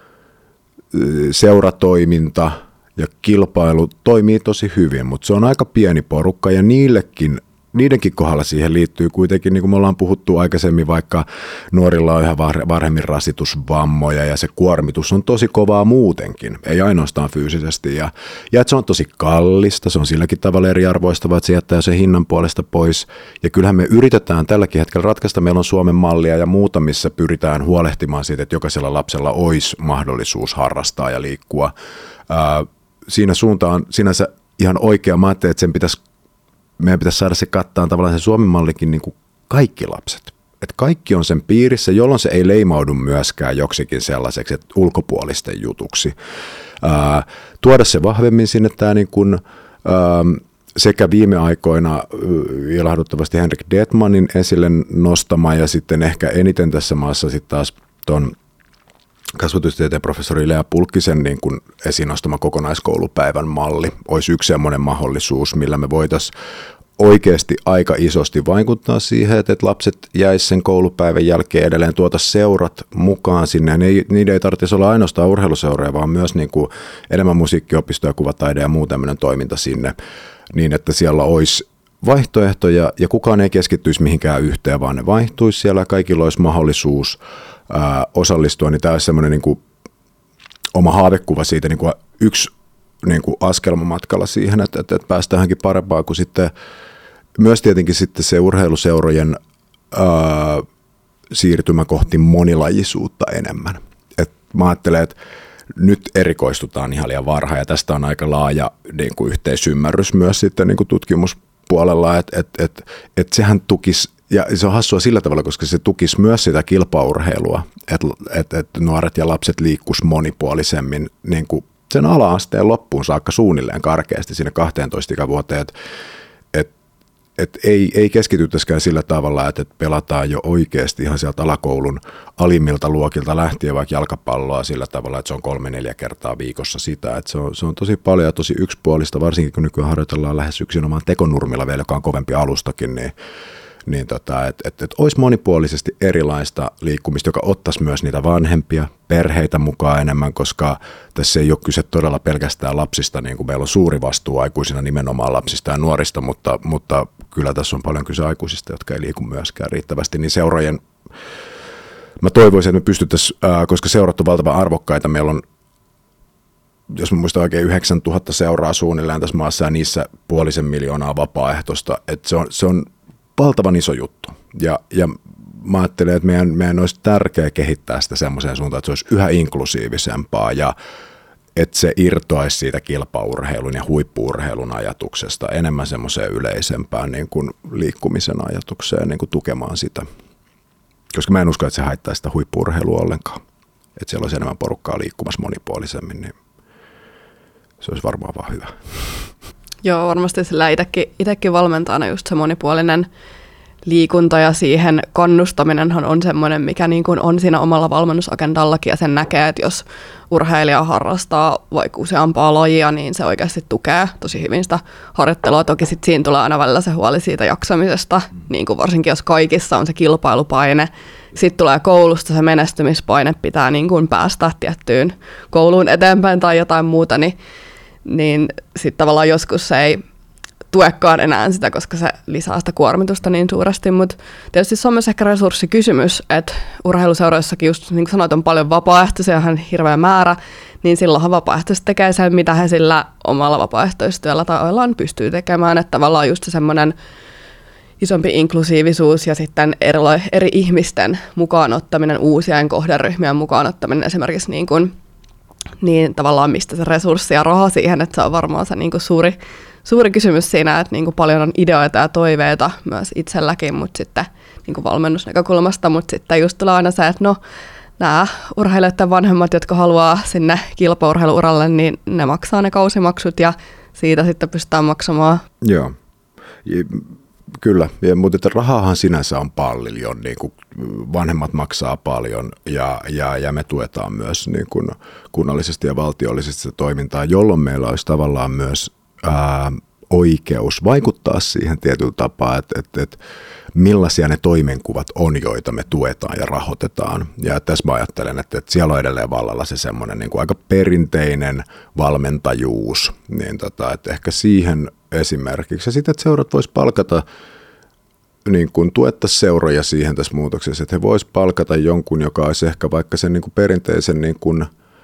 seuratoiminta ja kilpailu toimii tosi hyvin, mutta se on aika pieni porukka, ja niillekin niidenkin kohdalla siihen liittyy kuitenkin, niin kuin me ollaan puhuttu aikaisemmin, vaikka nuorilla on yhä varhemmin rasitusvammoja ja se kuormitus on tosi kovaa muutenkin, ei ainoastaan fyysisesti. Ja, ja että se on tosi kallista, se on silläkin tavalla eriarvoistavaa, että se jättää sen hinnan puolesta pois. Ja kyllähän me yritetään tälläkin hetkellä ratkaista, meillä on Suomen mallia ja muuta, missä pyritään huolehtimaan siitä, että jokaisella lapsella olisi mahdollisuus harrastaa ja liikkua. Ää, siinä suuntaan sinänsä ihan oikea, mä ajattelin, että sen pitäisi meidän pitäisi saada se kattaan tavallaan se Suomen mallikin niin kuin kaikki lapset. Että kaikki on sen piirissä, jolloin se ei leimaudu myöskään joksikin sellaiseksi, että ulkopuolisten jutuksi. Ää, tuoda se vahvemmin sinne tämä niin kuin, ää, sekä viime aikoina ilahduttavasti Henrik Detmanin esille nostama ja sitten ehkä eniten tässä maassa sitten taas tuon kasvatustieteen professori Lea Pulkkisen niin kuin esiin nostama kokonaiskoulupäivän malli olisi yksi sellainen mahdollisuus, millä me voitaisiin oikeasti aika isosti vaikuttaa siihen, että lapset jäisivät sen koulupäivän jälkeen edelleen tuota seurat mukaan sinne. Ne ei, niiden ei tarvitsisi olla ainoastaan urheiluseuroja, vaan myös niin kuin enemmän musiikkiopistoja, kuvataide ja muu tämmöinen toiminta sinne, niin että siellä olisi vaihtoehtoja ja kukaan ei keskittyisi mihinkään yhteen, vaan ne vaihtuisi siellä, kaikilla olisi mahdollisuus ää, osallistua, niin tämä olisi semmoinen niin kuin oma haavekuva siitä niin kuin yksi niin kuin askelmamatkalla siihen, että, että, että päästäänkin parempaa kuin sitten myös tietenkin sitten se urheiluseurojen ää, siirtymä kohti monilajisuutta enemmän. Et mä ajattelen, että nyt erikoistutaan ihan liian varhain ja tästä on aika laaja niin kuin yhteisymmärrys myös sitten niin kuin tutkimuspuolella, että, että, että, että sehän tukisi, ja se on hassua sillä tavalla, koska se tukisi myös sitä kilpaurheilua, että, että, että nuoret ja lapset liikkuisi monipuolisemmin niin kuin sen ala-asteen loppuun saakka suunnilleen karkeasti sinne kahteentoista ikävuoteen, että et, et ei, ei keskityttäisikään sillä tavalla, että et pelataan jo oikeasti ihan sieltä alakoulun alimmilta luokilta lähtien vaikka jalkapalloa sillä tavalla, että se on kolme neljä kertaa viikossa sitä, että se on, se on tosi paljon ja tosi yksipuolista, varsinkin kun nykyään harjoitellaan lähes yksinomaan tekonurmilla vielä, joka on kovempi alustakin, niin niin tota, että et, et olisi monipuolisesti erilaista liikkumista, joka ottaisi myös niitä vanhempia, perheitä mukaan enemmän, koska tässä ei ole kyse todella pelkästään lapsista, niin kuin meillä on suuri vastuu aikuisina nimenomaan lapsista ja nuorista, mutta, mutta kyllä tässä on paljon kyse aikuisista, jotka ei liiku myöskään riittävästi, niin seurojen, mä toivoisin, että me pystyttäisiin, koska seurat on valtavan arvokkaita, meillä on, jos mä muistan oikein, yhdeksäntuhatta seuraa suunnilleen tässä maassa ja niissä puolisen miljoonaa vapaaehtoista, että se on, se on valtavan iso juttu. Ja, ja mä ajattelen, että meidän, meidän olisi tärkeää kehittää sitä semmoiseen suuntaan, että se olisi yhä inklusiivisempaa ja että se irtoaisi siitä kilpaurheilun ja huippu-urheilun ajatuksesta enemmän semmoiseen yleisempään niin kuin liikkumisen ajatukseen niin kuin tukemaan sitä. Koska mä en usko, että se haittaa sitä huippu-urheilua ollenkaan. Että siellä olisi enemmän porukkaa liikkumassa monipuolisemmin, niin se olisi varmaan vaan hyvä. Joo, varmasti sillä itsekin, itsekin valmentajana just se monipuolinen liikunta ja siihen kannustaminenhan on semmoinen, mikä niin kuin on siinä omalla valmennusagendallakin ja sen näkee, että jos urheilija harrastaa vaikka useampaa lajia, niin se oikeasti tukee tosi hyvin sitä harjoittelua. Toki sitten siinä tulee aina välillä se huoli siitä jaksamisesta, niin kuin varsinkin jos kaikissa on se kilpailupaine. Sitten tulee koulusta se menestymispaine, pitää niin kuin päästä tiettyyn kouluun eteenpäin tai jotain muuta, niin, niin sitten tavallaan joskus se ei tuekaan enää sitä, koska se lisää sitä kuormitusta niin suuresti, mutta tietysti se on myös ehkä resurssikysymys, että urheiluseuroissakin just niin kuin sanoit, on paljon vapaaehtoisia, ihan hirveä määrä, niin silloinhan vapaaehtoiset tekee sen, mitä he sillä omalla vapaaehtoistyöllä tai oillaan pystyy tekemään, että tavallaan just se semmoinen isompi inklusiivisuus ja sitten eri, eri ihmisten mukaan ottaminen, uusien kohderyhmien mukaan ottaminen esimerkiksi niin kuin, niin tavallaan mistä se resurssi ja raha siihen, että se on varmaan se niin kuin suuri Suuri kysymys siinä, että niin kuin paljon on ideoita ja toiveita myös itselläkin, mutta sitten niin kuin valmennusnäkökulmasta, mutta sitten just tulee aina se, että no nämä urheilijoiden vanhemmat, jotka haluaa sinne kilpaurheiluuralle, niin ne maksaa ne kausimaksut ja siitä sitten pystytään maksamaan. Joo, kyllä, ja, mutta että rahahan sinänsä on paljon, niin kuin vanhemmat maksaa paljon ja, ja, ja me tuetaan myös niin kuin kunnallisesti ja valtiollisesti sitä toimintaa, jolloin meillä olisi tavallaan myös Ää, oikeus vaikuttaa siihen tietyllä tapaa, että, että, että millaisia ne toimenkuvat on, joita me tuetaan ja rahoitetaan. Ja tässä mä ajattelen, että, että siellä on edelleen vallalla se semmoinen niin kuin aika perinteinen valmentajuus, niin tota, että ehkä siihen esimerkiksi. Ja sitten, että seurat vois palkata, niin kuin tuettaisiin seuroja siihen tässä muutoksessa, että he vois palkata jonkun, joka olisi ehkä vaikka sen niin kuin perinteisen niin kuin,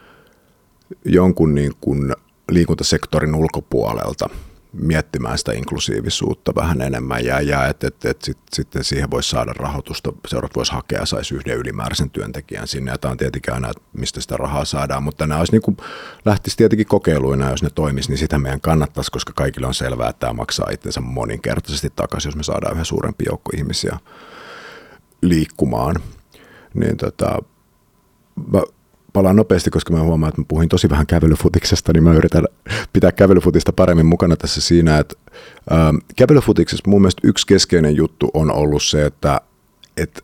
jonkun niin kuin liikuntasektorin ulkopuolelta miettimään sitä inklusiivisuutta vähän enemmän ja, ja että et, et sit, sitten siihen voisi saada rahoitusta, seurat voisi hakea ja saisi yhden ylimääräisen työntekijän sinne ja tämä on tietenkin aina, mistä sitä rahaa saadaan, mutta nämä olisi niin kuin, lähtisi tietenkin kokeiluina, jos ne toimisi, niin sitä meidän kannattaisi, koska kaikille on selvää, että tämä maksaa itsensä moninkertaisesti takaisin, jos me saadaan yhä suurempi joukko ihmisiä liikkumaan, niin tota, mä palaan nopeasti, koska mä huomaan, että mä puhuin tosi vähän kävelyfutiksesta, niin mä yritän pitää kävelyfutista paremmin mukana tässä siinä, että ää, kävelyfutiksessa mun mielestä yksi keskeinen juttu on ollut se, että et,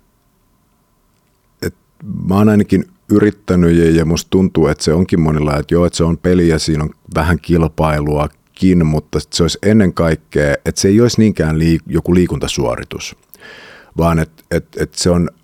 et mä oon ainakin yrittänyt ja, ja musta tuntuu, että se onkin monilla, että joo, että se on peli ja siinä on vähän kilpailuakin, mutta se olisi ennen kaikkea, että se ei olisi niinkään liik- joku liikuntasuoritus, vaan että et, et se on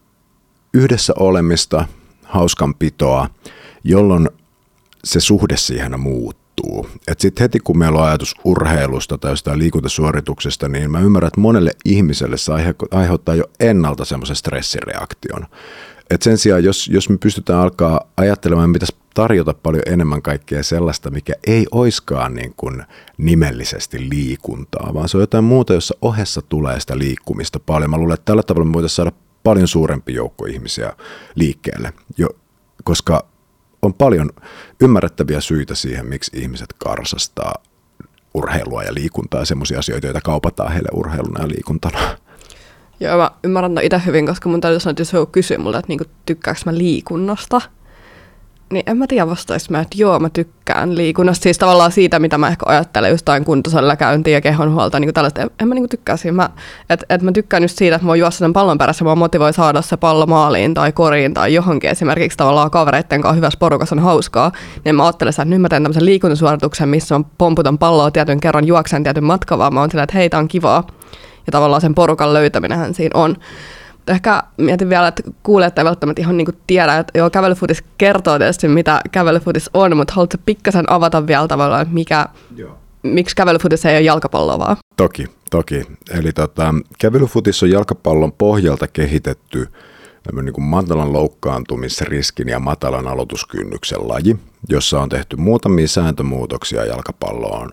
yhdessä olemista, hauskanpitoa, jolloin se suhde siihen muuttuu. Sitten heti kun meillä on ajatus urheilusta tai jostain liikuntasuorituksesta, niin mä ymmärrän, että monelle ihmiselle se aiheuttaa jo ennalta semmoisen stressireaktion. Et sen sijaan, jos, jos me pystytään alkaa ajattelemaan, mitä tarjota paljon enemmän kaikkea sellaista, mikä ei oiskaan niin kuin nimellisesti liikuntaa, vaan se on jotain muuta, jossa ohessa tulee sitä liikkumista paljon. Mä luulen, että tällä tavalla me voitaisiin saada paljon suurempi joukko ihmisiä liikkeelle, jo, koska on paljon ymmärrettäviä syitä siihen, miksi ihmiset karsastaa urheilua ja liikuntaa ja semmoisia asioita, joita kaupataan heille urheiluna ja liikuntana. Joo, mä ymmärrän tämän itse hyvin, koska mun täytyy sanoa, että jos joku kysyy multa, että niinku, tykkääkö mä liikunnasta, niin en mä tiedä vastaisin mä, että joo, mä tykkään liikunnasta. Siis tavallaan siitä, mitä mä ehkä ajattelen jostain kuntosalilla käyntiä ja kehonhuolta, niin tällaista. En, en mä niinku tykkää siinä. Että et mä tykkään just siitä, että mä oon juossa sen pallon perässä, mä motivoi saada se pallo maaliin tai koriin tai johonkin. Esimerkiksi tavallaan kavereitten kanssa hyvässä porukassa on hauskaa. Niin mä ajattelen, että nyt mä teen tämmöisen liikuntasuorituksen, missä mä pomputan palloa tietyn kerran, juoksen tietyn matkan, vaan mä oon sillä, että hei, tää on kivaa. Ja tavallaan sen porukan löytäminenhän siinä on. Ehkä mietin vielä, että kuulijat ei välttämättä ihan niin kuin tiedä, että joo, kävelyfutis kertoo tietysti, mitä kävelyfutis on, mutta haluatko pikkasen avata vielä tavallaan, että mikä, miksi kävelyfutis ei ole jalkapalloa vaan? Toki, toki. Eli tota, kävelyfutis on jalkapallon pohjalta kehitetty niin kuin matalan loukkaantumisriskin ja matalan aloituskynnyksen laji, jossa on tehty muutamia sääntömuutoksia jalkapalloon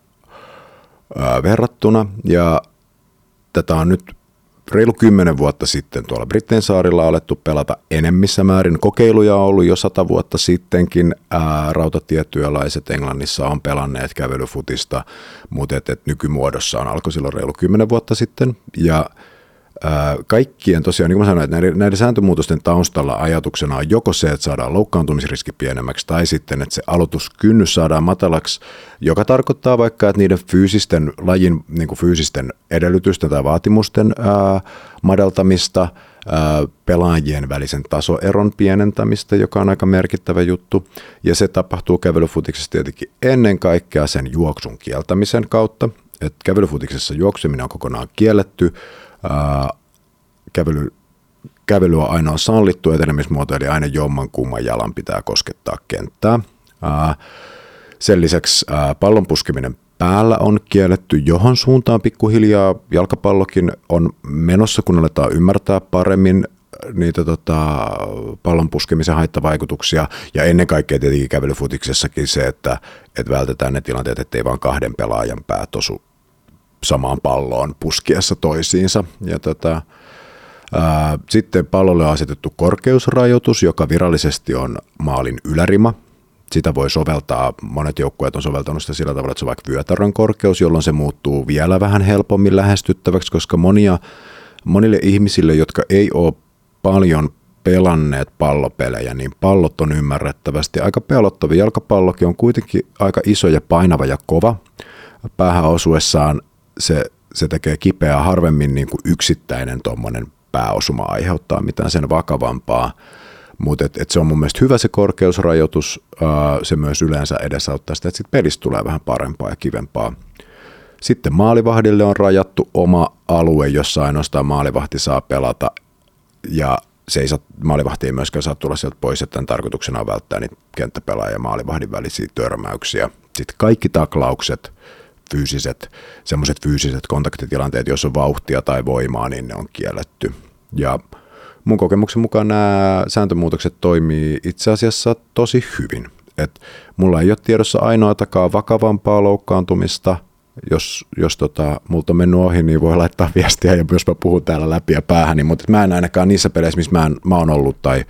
ää, verrattuna, ja tätä on nyt reilu kymmenen vuotta sitten tuolla Brittein saarilla alettu pelata enemmissä määrin. Kokeiluja on ollut jo sata vuotta sittenkin. Ää, rautatietyöläiset Englannissa on pelanneet kävelyfutista, mutta et, et nykymuodossa on alkoi silloin reilu kymmenen vuotta sitten. Ja Kaikkien tosiaan, niin kuin mä sanoin, että näiden, näiden sääntömuutosten taustalla ajatuksena on joko se, että saadaan loukkaantumisriski pienemmäksi, tai sitten, että se aloituskynnys saadaan matalaksi, joka tarkoittaa vaikka, että niiden fyysisten, lajin niin kuin fyysisten edellytysten tai vaatimusten ää, madaltamista, ää, pelaajien välisen tasoeron pienentämistä, joka on aika merkittävä juttu, ja se tapahtuu kävelyfutiksessa tietenkin ennen kaikkea sen juoksun kieltämisen kautta, että kävelyfutiksessa juokseminen on kokonaan kielletty, Ää, kävely, kävely on ainoa sallittu etenemismuoto, eli aina jomman kumman jalan pitää koskettaa kenttää. Ää, sen lisäksi ää, pallon puskeminen päällä on kielletty, johon suuntaan pikkuhiljaa jalkapallokin on menossa, kun aletaan ymmärtää paremmin niitä tota, pallon puskemisen haittavaikutuksia, ja ennen kaikkea tietenkin kävelyfutiksessakin se, että et vältetään ne tilanteet, ettei vaan kahden pelaajan päät osu samaan palloon puskiessa toisiinsa. Ja tota, ää, sitten pallolle on asetettu korkeusrajoitus, joka virallisesti on maalin ylärima. Sitä voi soveltaa, monet joukkueet on soveltanut sitä sillä tavalla, että se on vaikka vyötärön korkeus, jolloin se muuttuu vielä vähän helpommin lähestyttäväksi, koska monia, monille ihmisille, jotka ei ole paljon pelanneet pallopelejä, niin pallot on ymmärrettävästi aika pelottavia. Jalkapallokin on kuitenkin aika iso ja painava ja kova. Päähän osuessaan se, se tekee kipeää, harvemmin niin kuin yksittäinen tuommoinen pääosuma aiheuttaa mitään sen vakavampaa, mutta et, et se on mun mielestä hyvä se korkeusrajoitus, ää, se myös yleensä edesauttaa sitä, että sit pelistä tulee vähän parempaa ja kivempaa. Sitten maalivahdille on rajattu oma alue, jossa ainoastaan maalivahti saa pelata, ja se ei saa, maalivahti ei myöskään saa tulla sieltä pois, että tämän tarkoituksena on välttää niitä kenttäpelaajan ja maalivahdin välisiä törmäyksiä. Sitten kaikki taklaukset, fyysiset, semmoiset fyysiset kontaktitilanteet, jos on vauhtia tai voimaa, niin ne on kielletty. Ja mun kokemuksen mukaan nämä sääntömuutokset toimii itse asiassa tosi hyvin. Et mulla ei ole tiedossa ainoatakaan vakavampaa loukkaantumista. Jos, jos tota, multa on mennyt ohi, niin voi laittaa viestiä, ja jos mä puhun täällä läpi ja päähäni, mutta mä en ainakaan niissä peleissä, missä mä, en, mä oon ollut tai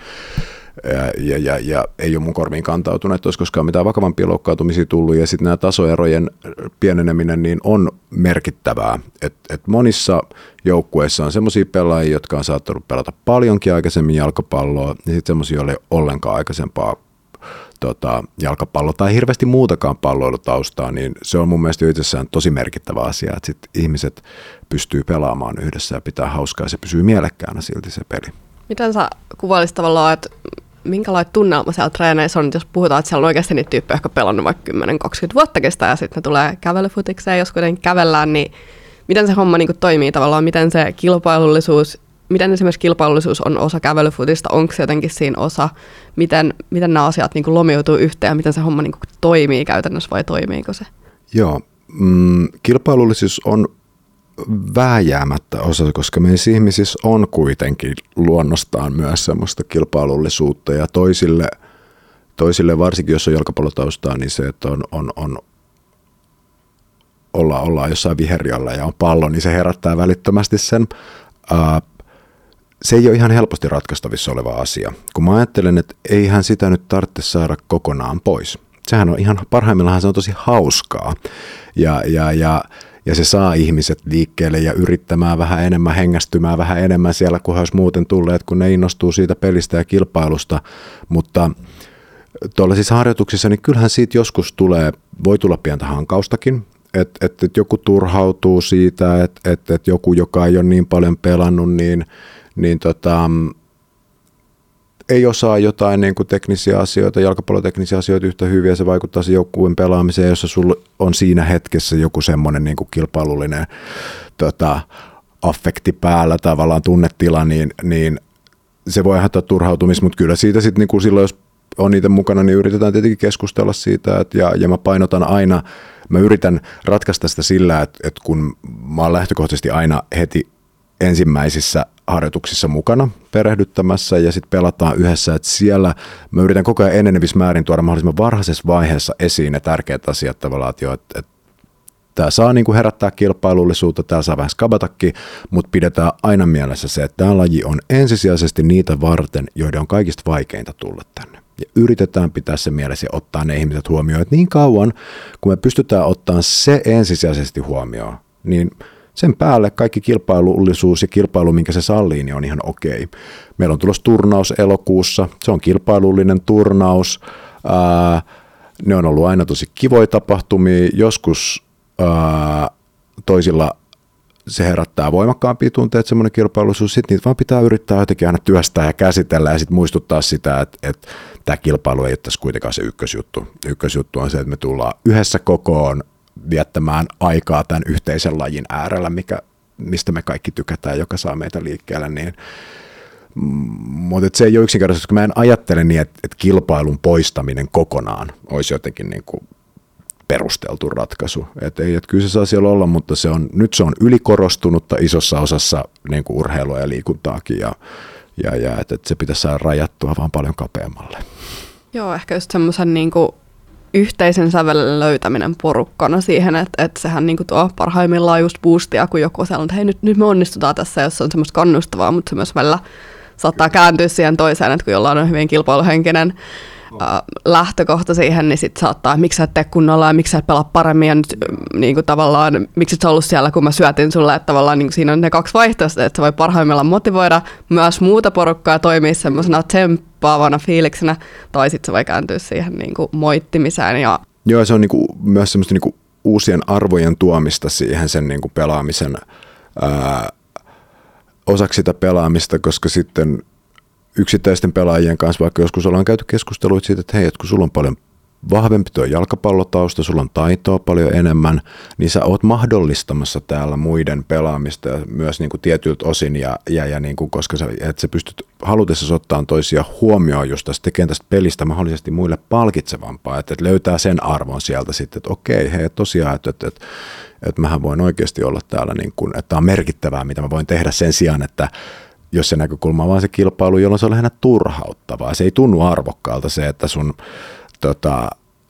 Ja, ja, ja ei ole mun korviin kantautunut, että olisi koskaan mitään vakavampia loukkaantumisia tullut, ja sitten nämä tasoerojen pieneneminen niin on merkittävää. Et, et monissa joukkueissa on semmoisia pelaajia, jotka on saattanut pelata paljonkin aikaisemmin jalkapalloa, ja sitten semmoisia, joilla ei ole ollenkaan aikaisempaa tota, jalkapalloa tai hirveästi muutakaan palloilutaustaa, niin se on mun mielestä jo itsessään tosi merkittävä asia, että sit ihmiset pystyy pelaamaan yhdessä ja pitää hauskaa, ja se pysyy mielekkäänä silti se peli. Miten sä kuvailisit tavallaan, että minkälainen tunnelma siellä treeneissä on, jos puhutaan, että siellä on oikeasti niitä tyyppejä, jotka on pelannut vaikka kymmenen kaksikymmentä vuotta kestää, ja sitten ne tulee kävelyfutikseen, jos kuitenkin kävellään, niin miten se homma niin kuin toimii tavallaan, miten se kilpailullisuus, miten esimerkiksi kilpailullisuus on osa kävelyfutista, onko se jotenkin siinä osa, miten, miten nämä asiat niin kuin lomiutuu yhteen, ja miten se homma niin kuin toimii käytännössä, vai toimiiko se? Joo, mm, kilpailullisuus on vääjäämättä osa, koska meissä ihmisissä on kuitenkin luonnostaan myös semmoista kilpailullisuutta, ja toisille, toisille varsinkin jos on jalkapallotaustaa, niin se, että on, on, on olla, ollaan jossain viherialla ja on pallo, niin se herättää välittömästi sen. Ää, se ei ole ihan helposti ratkaistavissa oleva asia, kun mä ajattelen, että eihän sitä nyt tarvitse saada kokonaan pois. Sehän on ihan, parhaimmillaan se on tosi hauskaa, ja, ja, ja Ja se saa ihmiset liikkeelle ja yrittämään vähän enemmän, hengästymään vähän enemmän siellä, kun he olisi muuten tulleet, kun ne innostuu siitä pelistä ja kilpailusta. Mutta tuollaisissa harjoituksissa, niin kyllähän siitä joskus tulee, voi tulla pientä hankaustakin, että et, et joku turhautuu siitä, että et, et joku, joka ei ole niin paljon pelannut, niin, niin tota, ei osaa jotain niin kuin teknisiä asioita, jalkapalloteknisiä asioita yhtä hyviä, ja se vaikuttaa se joukkueen pelaamiseen, jossa sulla on siinä hetkessä joku semmoinen niin kuin kilpailullinen tota, affekti päällä, tavallaan tunnetila, niin, niin se voi aiheuttaa turhautumista, mutta kyllä siitä sitten niin silloin, jos on niitä mukana, niin yritetään tietenkin keskustella siitä, että, ja, ja mä painotan aina, mä yritän ratkaista sitä sillä, että, että kun mä oon lähtökohtaisesti aina heti ensimmäisissä harjoituksissa mukana perehdyttämässä ja sitten pelataan yhdessä, että siellä mä yritän koko ajan enenevissä määrin tuoda mahdollisimman varhaisessa vaiheessa esiin ne tärkeät asiat tavallaan, että, jo, että, että tämä saa niin kuin herättää kilpailullisuutta, tämä saa vähän skabatakin, mutta pidetään aina mielessä se, että tämä laji on ensisijaisesti niitä varten, joiden on kaikista vaikeinta tulla tänne. Ja yritetään pitää se mielessä ja ottaa ne ihmiset huomioon, että niin kauan, kun me pystytään ottamaan se ensisijaisesti huomioon, niin sen päälle kaikki kilpailullisuus ja kilpailu, minkä se sallii, niin on ihan okei. Meillä on tulossa turnaus elokuussa, se on kilpailullinen turnaus. Ää, ne on ollut aina tosi kivoja tapahtumia, joskus ää, toisilla se herättää voimakkaampia tunteita, semmoinen kilpailuisuus, sitten niitä vaan pitää yrittää jotenkin aina työstää ja käsitellä ja sitten muistuttaa sitä, että, että tämä kilpailu ei ole tässä kuitenkaan se ykkösjuttu. Ykkösjuttu on se, että me tullaan yhdessä kokoon viettämään aikaa tämän yhteisen lajin äärellä, mikä, mistä me kaikki tykätään, joka saa meitä liikkeelle, niin mutta se ei ole yksinkertaisesti, koska mä en ajattele niin, että, että kilpailun poistaminen kokonaan olisi jotenkin niin kuin perusteltu ratkaisu. Et ei, et kyllä se saa siellä olla, mutta se on, nyt se on ylikorostunutta isossa osassa niin kuin urheilua ja liikuntaakin, ja, ja, ja että et se pitäisi saada rajattua vaan paljon kapeammalle. Joo, ehkä just semmoisen niin kuin yhteisen sävelen löytäminen porukkana siihen, että, että sehän niin kuin tuo parhaimmillaan just boostia, kun joku sanoo, että hei, nyt, nyt me onnistutaan tässä, jos se on semmoista kannustavaa, mutta se myös välillä saattaa kääntyä siihen toiseen, että kun jollain on hyvin kilpailuhenkinen Äh, lähtökohta siihen, niin sitten saattaa, että miksi sä et tee kunnolla ja miksi sä et pelaa paremmin ja nyt niin kuin tavallaan, miksi et sä ollut siellä, kun mä syötin sulle, että tavallaan niin kuin siinä on ne kaksi vaihtoehtoa, että sä voi parhaimmillaan motivoida myös muuta porukkaa ja toimia semmoisena tsemppaavana fiiliksenä, tai sitten se voi kääntyä siihen niin kuin moittimiseen. Ja Joo, se on niin kuin myös semmoista niin kuin uusien arvojen tuomista siihen sen niin kuin pelaamisen ää, osaksi sitä pelaamista, koska sitten yksittäisten pelaajien kanssa, vaikka joskus ollaan käyty keskusteluita siitä, että hei, että kun sulla on paljon vahvempi tuo jalkapallotausta, sulla on taitoa paljon enemmän, niin sä oot mahdollistamassa täällä muiden pelaamista ja myös niin kuin tietyiltä osin, ja, ja, ja niin kuin, koska sä, että sä pystyt halutessa ottaa toisia huomioon just tästä, tekemään tästä pelistä mahdollisesti muille palkitsevampaa, että, että löytää sen arvon sieltä sitten, että okei, hei, tosiaan, että, että, että, että mähän voin oikeasti olla täällä, niin kuin, että tämä on merkittävää, mitä mä voin tehdä sen sijaan, että jos se näkökulma on vaan se kilpailu, jolloin se on lähinnä turhauttavaa. Se ei tunnu arvokkaalta se, että sun tota,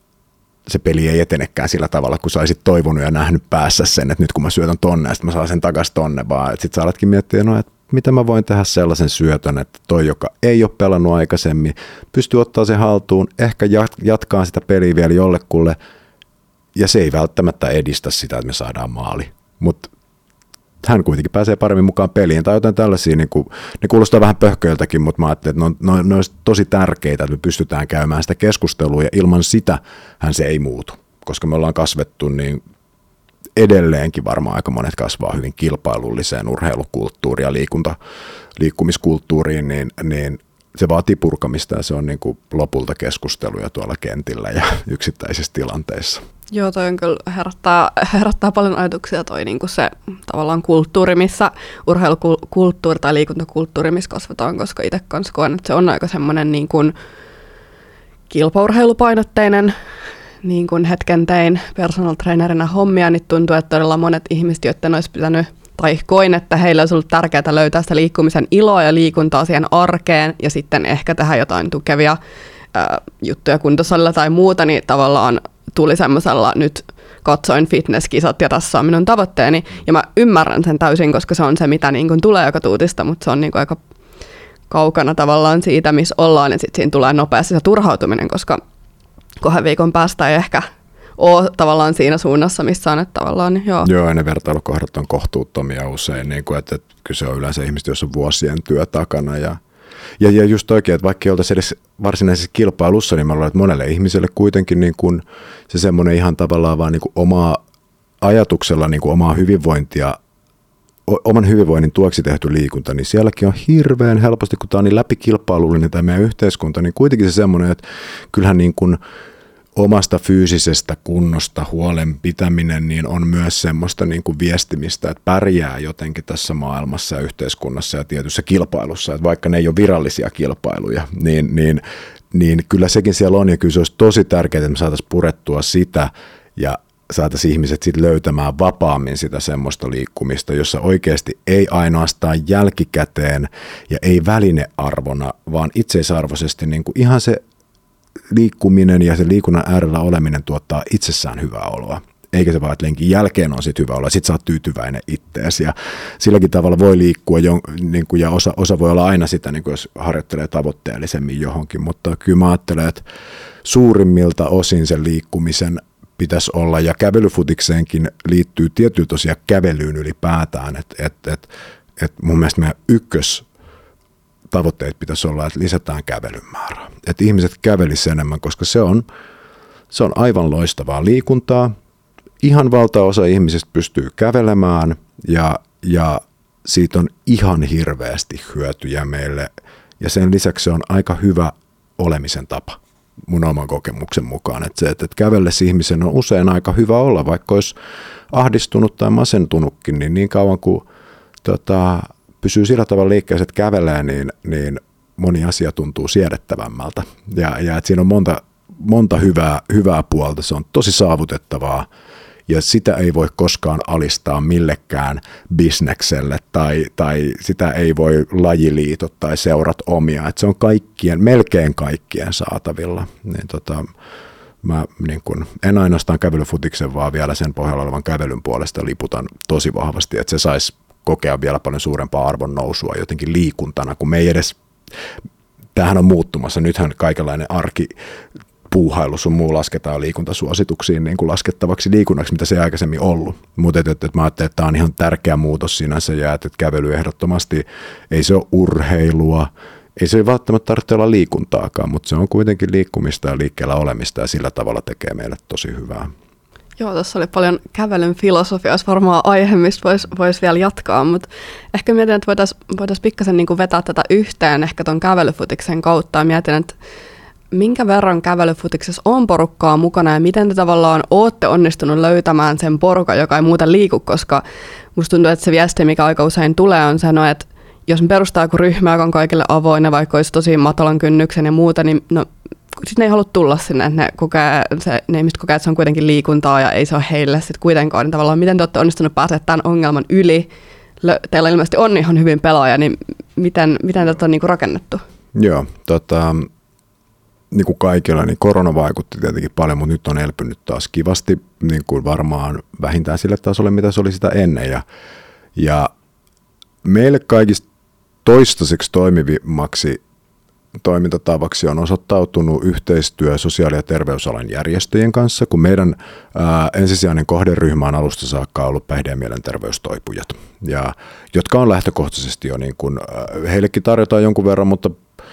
se peli ei etenekään sillä tavalla, kun sä olisit toivonut ja nähnyt päässä sen, että nyt kun mä syötän tonne, ja sitten mä saan sen takaisin tonne, vaan sitten sä alatkin miettiä, no, että mitä mä voin tehdä sellaisen syötön, että toi, joka ei ole pelannut aikaisemmin, pystyy ottaa sen haltuun, ehkä jatkaa sitä peliä vielä jollekulle, ja se ei välttämättä edistä sitä, että me saadaan maali. Mutta hän kuitenkin pääsee paremmin mukaan peliin tai jotain tällaisia, niin kuin, ne kuulostaa vähän pöhköiltäkin, mutta mä ajattelin, että ne on, ne on tosi tärkeitä, että me pystytään käymään sitä keskustelua, ja ilman sitä hän se ei muutu, koska me ollaan kasvettu, niin edelleenkin varmaan aika monet kasvaa hyvin kilpailulliseen urheilukulttuuriin ja liikunta, liikkumiskulttuuriin, niin, niin se vaatii purkamista, ja se on niin kuin lopulta keskusteluja tuolla kentillä ja yksittäisissä tilanteissa. Joo, toi on kyllä herättää, herättää paljon ajatuksia toi niin kuin se tavallaan kulttuuri, missä urheilukulttuuri tai liikuntakulttuuri, missä kasvataan, koska itse kanssa koen, että se on aika semmoinen niin kuin kilpaurheilupainotteinen, niin kuin hetken tein personal trainerina hommia, niin tuntuu, että todella monet ihmiset, joiden olisi pitänyt, tai koin, että heillä olisi ollut tärkeää löytää sitä liikkumisen iloa ja liikuntaa siihen arkeen, ja sitten ehkä tehdä jotain tukevia ää, juttuja kuntosalilla tai muuta, niin tavallaan tuli semmoisella, nyt katsoin fitnesskisat ja tässä on minun tavoitteeni, ja mä ymmärrän sen täysin, koska se on se, mitä niin kuin tulee joka tuutista, mutta se on niin kuin aika kaukana tavallaan siitä, missä ollaan, ja sitten siinä tulee nopeasti se turhautuminen, koska kahden viikon päästä ei ehkä ole tavallaan siinä suunnassa, missä on, että tavallaan, joo. Joo, ja ne vertailukohdat on kohtuuttomia usein, niin kuin, että, että kyse on yleensä ihmistä, jos on vuosien työ takana, ja Ja, ja just oikein, että vaikka ei oltaisi edes varsinaisessa kilpailussa, niin mä luulen, että monelle ihmiselle kuitenkin niin kuin se semmoinen ihan tavallaan vaan niin kuin omaa ajatuksella niin kuin omaa hyvinvointia, oman hyvinvoinnin tuoksi tehty liikunta, niin sielläkin on hirveän helposti, kun tämä on niin läpikilpailullinen tämä meidän yhteiskunta, niin kuitenkin se semmoinen, että kyllähän niin kuin omasta fyysisestä kunnosta huolen pitäminen niin on myös semmoista niin kuin viestimistä, että pärjää jotenkin tässä maailmassa ja yhteiskunnassa ja tietyssä kilpailussa, että vaikka ne ei ole virallisia kilpailuja, niin, niin, niin kyllä sekin siellä on, ja kyllä se olisi tosi tärkeää, että me saataisiin purettua sitä ja saataisiin ihmiset sitten löytämään vapaammin sitä semmoista liikkumista, jossa oikeasti ei ainoastaan jälkikäteen ja ei välinearvona, vaan itseisarvoisesti niin kuin ihan se liikkuminen ja se liikunnan äärellä oleminen tuottaa itsessään hyvää oloa. Eikä se vaan, että lenkin jälkeen on sit hyvä olla, sit sä oot tyytyväinen itteesi. Ja silläkin tavalla voi liikkua, jo, niin kuin, ja osa, osa voi olla aina sitä, niin kuin jos harjoittelee tavoitteellisemmin johonkin. Mutta kyllä mä ajattelen, että suurimmilta osin sen liikkumisen pitäisi olla, ja kävelyfutikseenkin liittyy tietyllä tosiaan kävelyyn ylipäätään, että et, et, et mun mielestä meidän ykkös tavoitteet pitäisi olla, että lisätään kävelyn määrää, että ihmiset kävelisivät enemmän, koska se on, se on aivan loistavaa liikuntaa, ihan valtaosa ihmisistä pystyy kävelemään, ja, ja siitä on ihan hirveästi hyötyjä meille, ja sen lisäksi se on aika hyvä olemisen tapa mun oman kokemuksen mukaan, että se, että kävellessä ihmisen on usein aika hyvä olla, vaikka olisi ahdistunut tai masentunutkin, niin niin kauan kuin tota, pysyy sillä tavalla liikkeessä, että kävelee, niin, niin moni asia tuntuu siedettävämmältä, ja, ja että siinä on monta, monta hyvää, hyvää puolta, se on tosi saavutettavaa, ja sitä ei voi koskaan alistaa millekään bisnekselle tai, tai sitä ei voi lajiliitot tai seurat omia. Et se on kaikkien, melkein kaikkien saatavilla. Niin tota, mä niin kun, en ainoastaan kävelyfutiksen, vaan vielä sen pohjalla olevan kävelyn puolesta liputan tosi vahvasti, että se saisi kokea vielä paljon suurempaa arvon nousua jotenkin liikuntana, kun me ei edes, tämähän on muuttumassa. Nythän kaikenlainen arki, puuhailu sun muu lasketaan liikuntasuosituksiin niin kuin laskettavaksi liikunnaksi, mitä se ei aikaisemmin ollut. Mutta et, et, et mä ajattelin, että tämä on ihan tärkeä muutos sinänsä, ja että et kävely ehdottomasti ei se ole urheilua, ei se välttämättä tarvitse olla liikuntaakaan, mutta se on kuitenkin liikkumista ja liikkeellä olemista, ja sillä tavalla tekee meille tosi hyvää. Joo, tuossa oli paljon kävelyn filosofia, olisi varmaan aihe, mistä voisi vois vielä jatkaa, mutta ehkä mietin, että voitaisiin voitais pikkasen niin kuin vetää tätä yhteen ehkä tuon kävelyfutiksen kautta, ja mietin, että minkä verran kävelyfutiksessa on porukkaa mukana ja miten te tavallaan olette onnistunut löytämään sen porukan, joka ei muuten liiku, koska musta tuntuu, että se viesti, mikä aika usein tulee, on sanoa, että jos me perustaa joku ryhmä, joka on kaikille avoinna, vaikka olisi tosi matalan kynnyksen ja muuta, niin no, sitten ne ei halua tulla sinne, että ne, kokee, se, ne ihmiset kokee, että se on kuitenkin liikuntaa ja ei se ole heille sitten kuitenkaan. Niin tavallaan miten te olette onnistunut pääsemään tämän ongelman yli? Teillä ilmeisesti on ihan hyvin pelaaja, niin miten, miten tätä on niinku rakennettu? Joo, tota... niin kuin kaikilla, niin korona vaikutti tietenkin paljon, mutta nyt on elpynyt taas kivasti, niin kuin varmaan vähintään sille tasolle, mitä se oli sitä ennen. Ja, ja meille kaikista toistaiseksi toimivimmaksi toimintatavaksi on osoittautunut yhteistyö sosiaali- ja terveysalan järjestöjen kanssa, kun meidän ää, ensisijainen kohderyhmä on alusta saakka ollut päihde- ja mielenterveystoipujat, ja, jotka on lähtökohtaisesti jo, niin kuin, ää, heillekin tarjotaan jonkun verran, mutta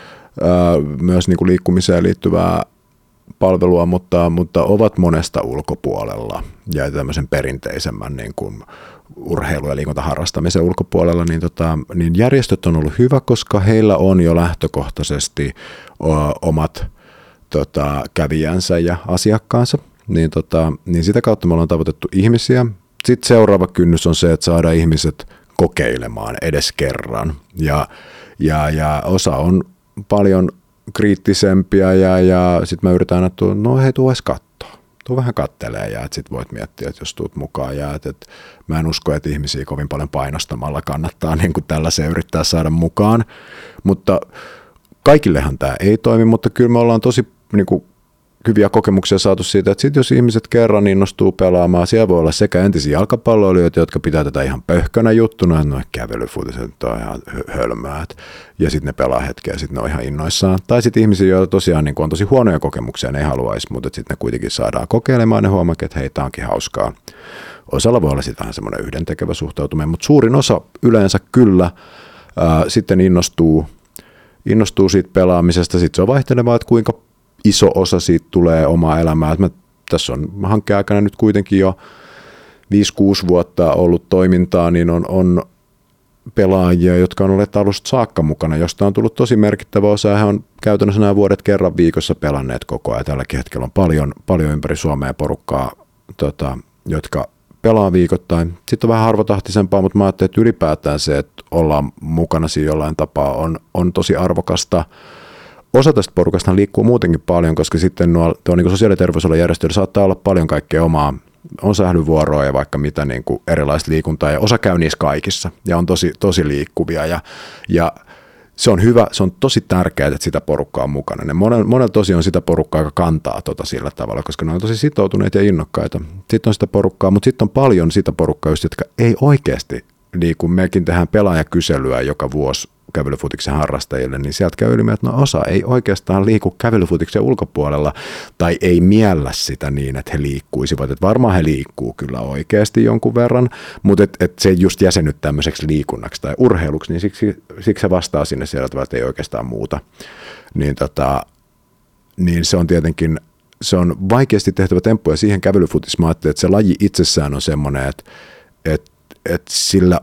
myös niin kuin liikkumiseen liittyvää palvelua, mutta, mutta ovat monesta ulkopuolella ja tämmöisen perinteisemmän niin kuin urheilu- ja liikuntaharrastamisen ulkopuolella, niin, tota, niin järjestöt on ollut hyvä, koska heillä on jo lähtökohtaisesti o, omat tota, kävijänsä ja asiakkaansa, niin, tota, niin sitä kautta me ollaan tavoitettu ihmisiä. Sitten seuraava kynnys on se, että saadaan ihmiset kokeilemaan edes kerran, ja, ja, ja osa on paljon kriittisempiä, ja, ja sitten mä yritän, että no hei, tuu edes katsoa. Tuu vähän kattelee, ja sitten voit miettiä, että jos tuut mukaan. Ja et, et, mä en usko, että ihmisiä kovin paljon painostamalla kannattaa niin kuin tällaiseen yrittää saada mukaan. Mutta kaikillehan tämä ei toimi, mutta kyllä me ollaan tosi niin kuin, hyviä kokemuksia saatu siitä, että sit jos ihmiset kerran innostuu pelaamaan, siellä voi olla sekä entisiä jalkapalloilijoita, jotka pitää tätä ihan pöhkönä juttuna, että no kävelyfutiset on ihan hölmää, ja sitten ne pelaa hetkeä ja sitten ne on ihan innoissaan. Tai sitten ihmisiä, joilla tosiaan niin on tosi huonoja kokemuksia, ne ei haluaisi, mutta sitten ne kuitenkin saadaan kokeilemaan, ne huomaa, että hei, tämä onkin hauskaa. Osalla voi olla sitten vähän semmoinen yhdentekevä suhtautuminen, mutta suurin osa yleensä kyllä ää, sitten innostuu, innostuu siitä pelaamisesta. Sitten se on vaihtelevaa, että kuinka iso osa siitä tulee omaa elämää. Mä, tässä on hankkeen aikana nyt kuitenkin jo viisi kuusi vuotta ollut toimintaa, niin on, on pelaajia, jotka on olleet alusta saakka mukana, josta on tullut tosi merkittävä osa, ja he on käytännössä nämä vuodet kerran viikossa pelanneet koko ajan. Tälläkin hetkellä on paljon, paljon ympäri Suomea porukkaa, tota, jotka pelaa viikoittain. Sitten on vähän harvotahtisempaa, mutta mä ajattelin, että ylipäätään se, että ollaan mukana siinä jollain tapaa, on, on tosi arvokasta. Osa tästä porukasta liikkuu muutenkin paljon, koska sitten nuo, tuo niin kuin sosiaali- ja terveysalan järjestöillä saattaa olla paljon kaikkea omaa, on sählyvuoroa ja vaikka mitä niin kuin erilaista liikuntaa, ja osa käy niissä kaikissa ja on tosi, tosi liikkuvia, ja, ja se on hyvä, se on tosi tärkeää, että sitä porukkaa on mukana. Ne monella, monella tosi on sitä porukkaa, joka kantaa tota sillä tavalla, koska ne on tosi sitoutuneita ja innokkaita. Sitten on sitä porukkaa, mutta sitten on paljon sitä porukkaa, just, jotka ei oikeasti liiku. Mekin tehdään pelaajakyselyä joka vuosi kävelyfutiksen harrastajille, niin sieltä käy ilmi, että no osa ei oikeastaan liiku kävelyfutiksen ulkopuolella tai ei miellä sitä niin, että he liikkuisivat. Että varmaan he liikkuu kyllä oikeasti jonkun verran, mutta et, et se ei just jäsennyt tämmöiseksi liikunnaksi tai urheiluksi, niin siksi, siksi se vastaa sinne siellä tavalla, että ei oikeastaan muuta. Niin, tota, niin se on tietenkin, se on vaikeasti tehtävä temppu ja siihen kävelyfutis mä ajattelin, että se laji itsessään on semmoinen, että, että, että sillä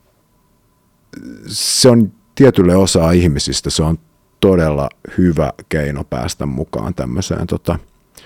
se on tietylle osaa ihmisistä, se on todella hyvä keino päästä mukaan tämmöiseen tota,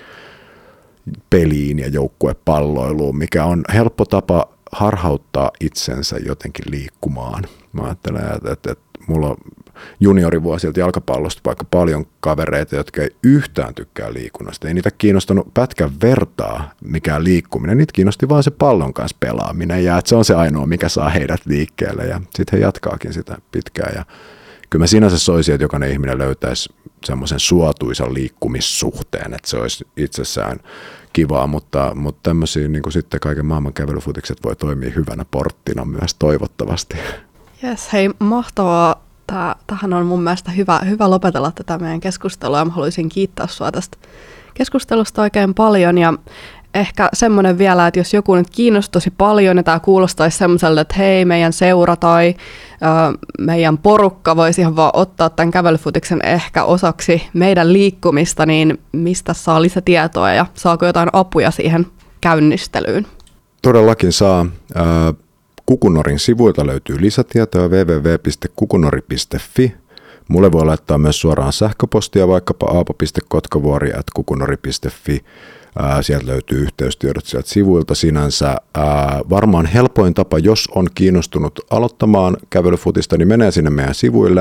peliin ja joukkuepalloiluun, mikä on helppo tapa harhauttaa itsensä jotenkin liikkumaan. Mä ajattelen, että, että, että mulla on juniorivuosilta jalkapallosta vaikka paljon kavereita, jotka ei yhtään tykkää liikunnasta. Ei niitä kiinnostanut pätkän vertaa mikään liikkuminen, niitä kiinnosti vaan se pallon kanssa pelaaminen ja että se on se ainoa, mikä saa heidät liikkeelle ja sitten he jatkaakin sitä pitkään. Ja kyllä mä sinänsä soisin, että jokainen ihminen löytäisi semmoisen suotuisan liikkumissuhteen, että se olisi itsessään kivaa, mutta, mutta tämmöisiä niin kuin sitten kaiken maailman kävelyfutikset voi toimia hyvänä porttina myös toivottavasti. Jes, hei, mahtavaa. Tää, tähän on mun mielestä hyvä, hyvä lopetella tätä meidän keskustelua. Mä haluaisin kiittää sua tästä keskustelusta oikein paljon ja ehkä semmoinen vielä, että jos joku nyt kiinnostuisi paljon ja tämä kuulostaisi semmoiselle, että hei, meidän seura tai ö, meidän porukka voisi ihan vaan ottaa tämän kävelyfutiksen ehkä osaksi meidän liikkumista, niin mistä saa lisätietoa ja saako jotain apuja siihen käynnistelyyn? Todellakin saa. Äh, Kukunorin sivuilta löytyy lisätietoa double-u double-u double-u piste kukunori piste fi. Mulle voi laittaa myös suoraan sähköpostia vaikkapa aapo piste kotkavuori ät kukunori piste fi. Ää, sieltä löytyy yhteystiedot sieltä sivuilta sinänsä. Ää, varmaan helpoin tapa, jos on kiinnostunut aloittamaan kävelyfutista, niin menee sinne meidän sivuille.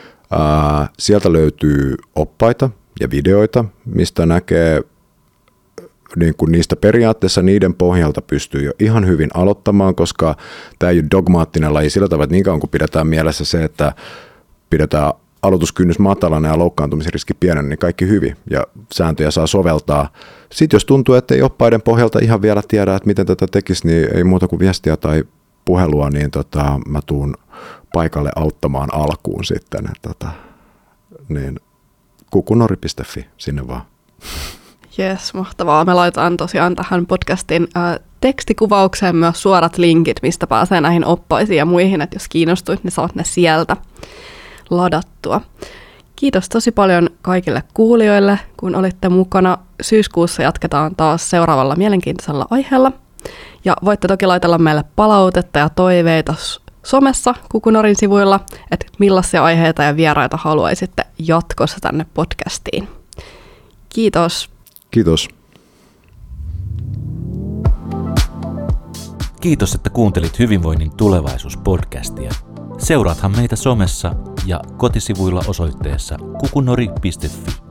Ää, sieltä löytyy oppaita ja videoita, mistä näkee niin kuin niistä periaatteessa niiden pohjalta pystyy jo ihan hyvin aloittamaan, koska tämä ei ole dogmaattinen laji sillä tavalla, että niin kauan kun pidetään mielessä se, että pidetään aloituskynnys matalana ja loukkaantumisriski pienenä, niin kaikki hyvin ja sääntöjä saa soveltaa. Sitten jos tuntuu, että ei oppaiden pohjalta ihan vielä tiedä, että miten tätä tekisi, niin ei muuta kuin viestiä tai puhelua, niin tota, mä tuun paikalle auttamaan alkuun sitten. Tota, niin kukunori piste fi, sinne vaan. Jes, mahtavaa. Me laitetaan tosiaan tähän podcastin ä, tekstikuvaukseen myös suorat linkit, mistä pääsee näihin oppaisiin ja muihin, että jos kiinnostuit, niin saat ne sieltä ladattua. Kiitos tosi paljon kaikille kuulijoille, kun olitte mukana. Syyskuussa jatketaan taas seuraavalla mielenkiintoisella aiheella. Ja voitte toki laitella meille palautetta ja toiveita somessa Kukunorin sivuilla, että millaisia aiheita ja vieraita haluaisitte jatkossa tänne podcastiin. Kiitos. Kiitos. Kiitos, että kuuntelit Hyvinvoinnin tulevaisuus-podcastia. Seuraathan meitä somessa ja kotisivuilla osoitteessa kukunori piste fi.